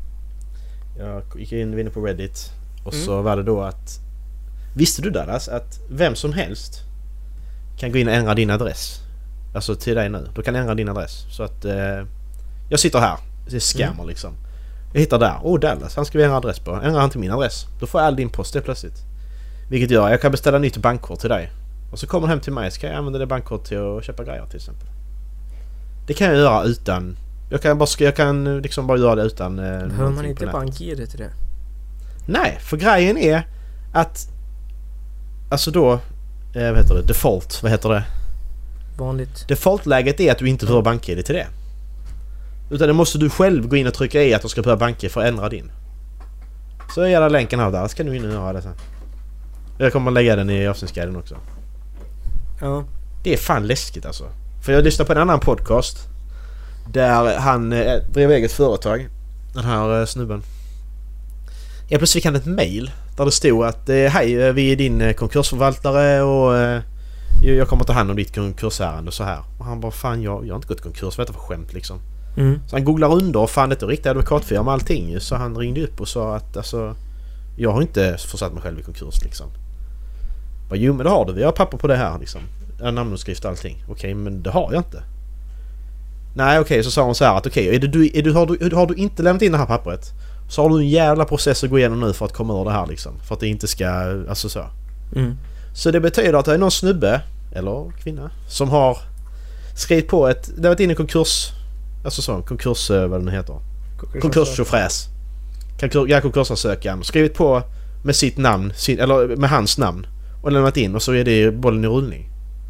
Jag gick in, inne på Reddit. Och Mm. så var det då att... Visste du Dallas att vem som helst kan gå in och ändra din adress? Alltså till dig nu. Du kan ändra din adress. Så att... Uh, jag sitter här. Det är scammer mm. liksom. Jag hittar där. Åh, oh, Dallas. Han ska vi ändra adress på. Ändrar han till min adress. Då får jag all din post det plötsligt. Vilket gör jag kan beställa nytt bankkort till dig. Och så kommer han hem till mig. Så kan jag använda det bankkort till att köpa grejer till exempel. Det kan jag göra utan... Jag kan bara, jag kan liksom bara göra det utan... Eh, Behöver man inte bank-I D till det? Nej, för grejen är att... Alltså då... Eh, vad heter det? Default. Vad heter det? Vanligt. Default-läget är att du inte behöver bank-I D till det. Utan det måste du själv gå in och trycka i att du ska behöva bank-I D för att ändra din. Så jag ger dig länken här där. Så kan du in och göra det sen. Jag kommer att lägga den i avsnittsguiden också. Ja. Det är fan läskigt alltså. För jag lyssnade på en annan podcast. Där han eh, drev eget företag. Den här eh, snubben. Jag plötsligt fick han ett mail. Där det stod att eh, hej, vi är din eh, konkursförvaltare. Och eh, jag kommer ta hand om ditt konkursärende och så här. Och han bara, fan jag, jag har inte gått konkurs. Vad är det för skämt liksom? Mm. Så han googlar under och fann ett riktigt advokatfirma och allting. Så han ringde upp och sa att alltså, jag har inte försatt mig själv i konkurs liksom. Bara, jo men det har du, vi har papper på det här liksom. Namnunderskrift och allting. Okej, okay, men det har jag inte. Nej okej, okay, så sa hon så här att okej, okay, är det du, är du, har, du, har du inte lämnat in det här pappret så har du en jävla process att gå igenom nu för att komma ur det här liksom. För att det inte ska, alltså så. Mm. Så det betyder att det är någon snubbe, eller kvinna, som har skrivit på ett, det har varit inne i konkurs, alltså så, konkurs, vad det nu heter. Konkurstjofräs. Ja, konkursansökan. Skrivit på med sitt namn, sin, eller med hans namn. Och lämnat in och så är det bollen i rullning.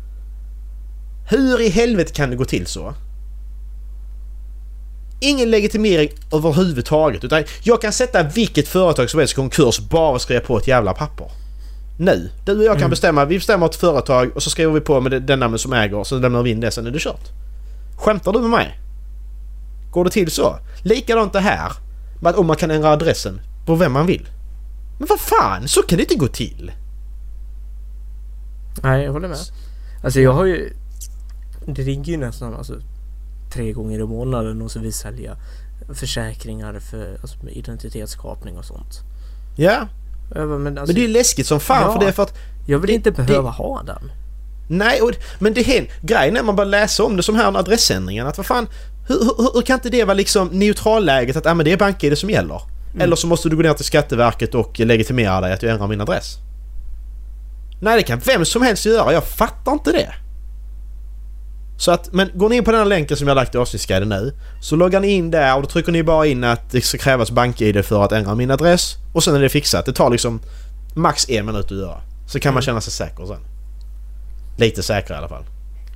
Hur i helvete kan det gå till så? Ingen legitimering överhuvudtaget. Utan jag kan sätta vilket företag som helst i konkurs bara och skriva på ett jävla papper. Nu. Du och jag kan mm. bestämma. Vi bestämmer ett företag och så skriver vi på med den namnen som äger och så lämnar vi in det, sen är det kört. Skämtar du med mig? Går det till så? Likadant det här. Med att om man kan ändra adressen på vem man vill. Men vad fan? Så kan det inte gå till. Nej, jag håller med. Alltså jag har ju... Det ringer ju nästan alltså, tre gånger i månaden och så vill sälja försäkringar för alltså, med identitetskapning och sånt. Ja. Bara, men, alltså, men det är ju läskigt som fan ja, för det är för att... Jag vill det, inte behöva det, ha den. Nej, och, men det är grejen när man bara läser om det som här adressändringen. Att vad fan... Hur, hur, hur kan inte det vara liksom neutralläget att ah, men det är bank-I D som gäller? Mm. Eller så måste du gå ner till Skatteverket och legitimera dig att du ändrar min adress. Nej, det kan vem som helst göra. Jag fattar inte det. Så att, men går ni in på den här länken som jag har lagt i avsnittsguiden nu, så loggar ni in där och då trycker ni bara in att det ska krävas bank-I D för att ändra min adress. Och sen är det fixat. Det tar liksom max en minut att göra. Så kan mm. man känna sig säker sen. Lite säkrare i alla fall.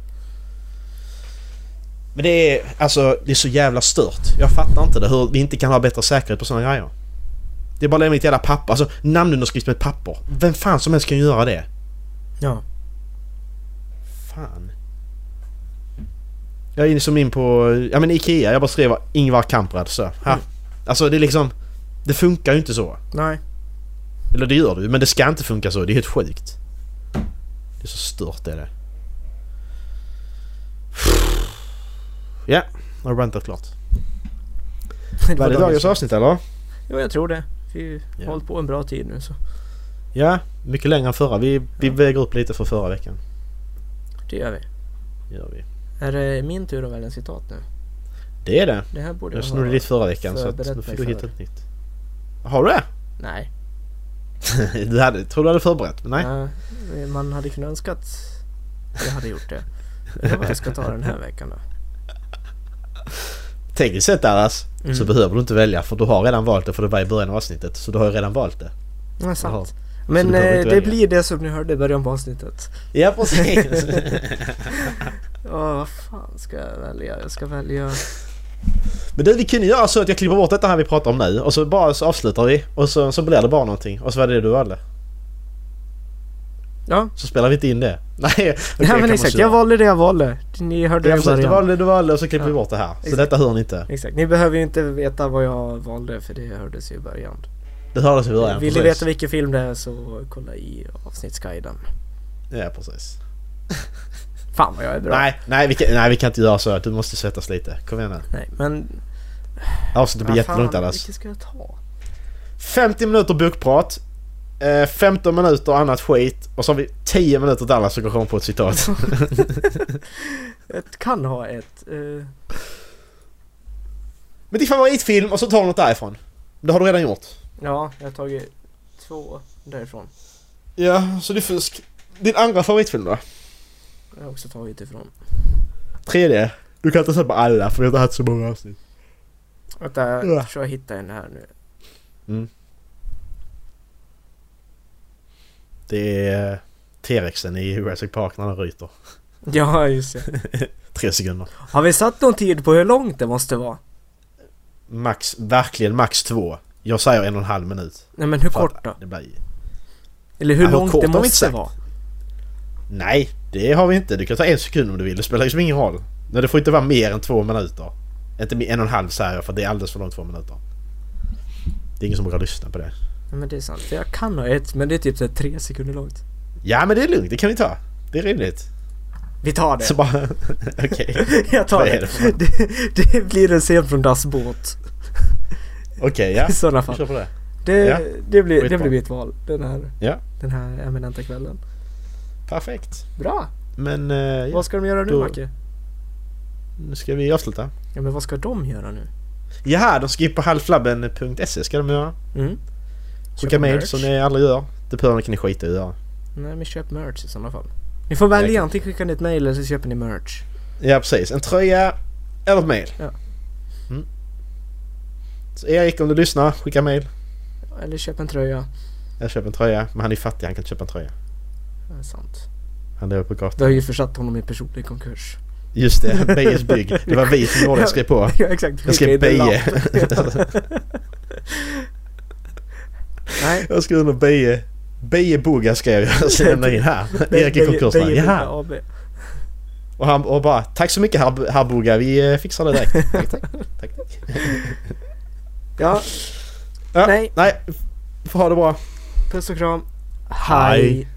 Men det är, alltså, det är så jävla stört. Jag fattar inte det, hur vi inte kan ha bättre säkerhet på sådana grejer. Det är bara lämna ett jävla papper. Alltså, namnunderskrift med ett papper. Vem fan som helst kan göra det? Ja. Fan. Jag är inne som in på... Ja men Ikea, jag bara skrev Ingvar Kamprad så. Ha. Mm. Alltså det är liksom... Det funkar ju inte så. Nej. Eller det gör det ju, men det ska inte funka så. Det är helt sjukt. Det är så stört det är det. Ja, nu har du rantat klart. Var det dagens avsnitt eller? Jo, jag tror det. Vi har ja. hållit på en bra tid nu så. Ja, mycket längre än förra. Vi, vi Ja. väger upp lite för förra veckan. Det gör vi. Gör vi. Är det min tur att välja en citat nu? Det är det. Det här borde Jag jag snodde ha ditt förra veckan så att förberett nu får mig du för. hitta ett nytt. Har du det? Nej. du hade, tror du hade förberett, men nej. Ja, man hade kunnat önska att jag hade gjort det. Det är vad jag ska ta den här veckan då. Tekniskt sett Dallas, Mm. så behöver du inte välja för du har redan valt det för det var i början av avsnittet. Så du har ju redan valt det. Det är sant. Så Men du behöver eh, inte det välja. blir det som ni hörde i början på avsnittet. Ja, precis. Ja, vad fan ska jag välja? Jag ska välja... Men du, vi kunde göra så att jag klipper bort detta här vi pratar om nu och så bara så avslutar vi och så, så blir det bara någonting och så var det det du valde. Ja, Så spelar vi inte in det. Nej, okay, nej men exakt. Jag valde det jag valde. Ni hörde Ja, det i precis, du början. valde, du valde och så klipper Ja. vi bort det här. Så Exakt. detta hör ni inte. Exakt. Ni behöver ju inte veta vad jag valde för det hördes ju i början. Det hördes i början. Vill ni precis. veta vilken film det är så kolla i avsnittsguiden. Ja, precis. Fan vad jag är bra. Nej, nej vi, kan, nej, vi kan inte göra så. Du måste svettas lite. Kom igen nu. Nej, men... Avsnittet blir vad jättelångt fan, annars. vilken ska jag ta? femtio minuter bokprat. Eh, femton minuter annat skit. Och så har vi tio minuter till alla som kommer på ett citat. Jag kan ha ett... Uh... Men din favoritfilm och så tar du något därifrån. Det har du redan gjort. Ja, jag har tagit två därifrån. Ja, så det fusk. Din andra favoritfilm då? Jag har också tagit ifrån. Tredje. Du kan inte sätta på alla för vi har inte haft så många avsnitt. Vänta, Ja. jag försöker hitta en här nu. Mm. Det är T-rexen i Jurassic Park när den ryter. Ja, just det. Tre sekunder. Har vi satt någon tid på hur långt det måste vara? Max, verkligen max två. Jag säger en och en halv minut. Nej, men hur För kort att då? Det blir... Eller hur Ja, hur långt kort det har vi inte måste sagt. vara? Nej, det har vi inte. Du kan ta en sekund om du vill. Det spelar liksom ingen roll. Men det får inte vara mer än två minuter. Inte mer- en och en halv säger jag för det är alldeles för långt två minuter. Det är ingen som brukar lyssna på det. Ja, men det är sant. För jag kan ha ett, men det är typ så här tre sekunder långt. Ja, men det är lugnt. Det kan vi ta. Det är rimligt. Vi tar det. Så bara... Okej. Jag tar Vad är det. det för något? det. Det blir en scen från Das Båt. Okej, ja. I sådana Vi fall. kör på det. Det, Ja. det, blir, det Skitbra. blir mitt val. Den här, Ja. den här eminenta kvällen. Perfekt. Bra. Men eh, ja, Vad ska de göra nu, då- Macke? nu ska vi avsluta. Ja, men vad ska de göra nu? Jaha, de ska in på halvflabben punkt se ska de göra. Mm. Skicka Köpa mail merch. som ni aldrig gör. Det behöver kan ni skita i att göra. Nej, men köp merch i sådana fall. Ni får välja, Exakt. antingen skickar ni ett mail eller så köper ni merch. Ja, precis. En tröja eller ett mail. Ja. Mm. Så Erik, om du lyssnar, skicka mail. Eller köp en tröja. Jag köper en tröja, men han är fattig, han kan inte köpa en tröja. Det är sant. Han lever på Du gatan. har ju försatt honom i personlig konkurs. Just det, Bejes bygg. Det var vi som gjorde det, jag skrev på. Ja, exakt. Jag skrev Skicka in en Beje. lapp. Nej. Jag skrev under Beje. Beje Boga skrev jag. Så lämnade in här. Erik är konkurs. Beje- Beje Jaha. A B. Och han och bara, tack så mycket herr, herr Boga, vi eh, fixar det direkt. Tack, tack. tack, tack. Ja, Ja, Nej. nej. Får ha det bra. puss och kram. Hej.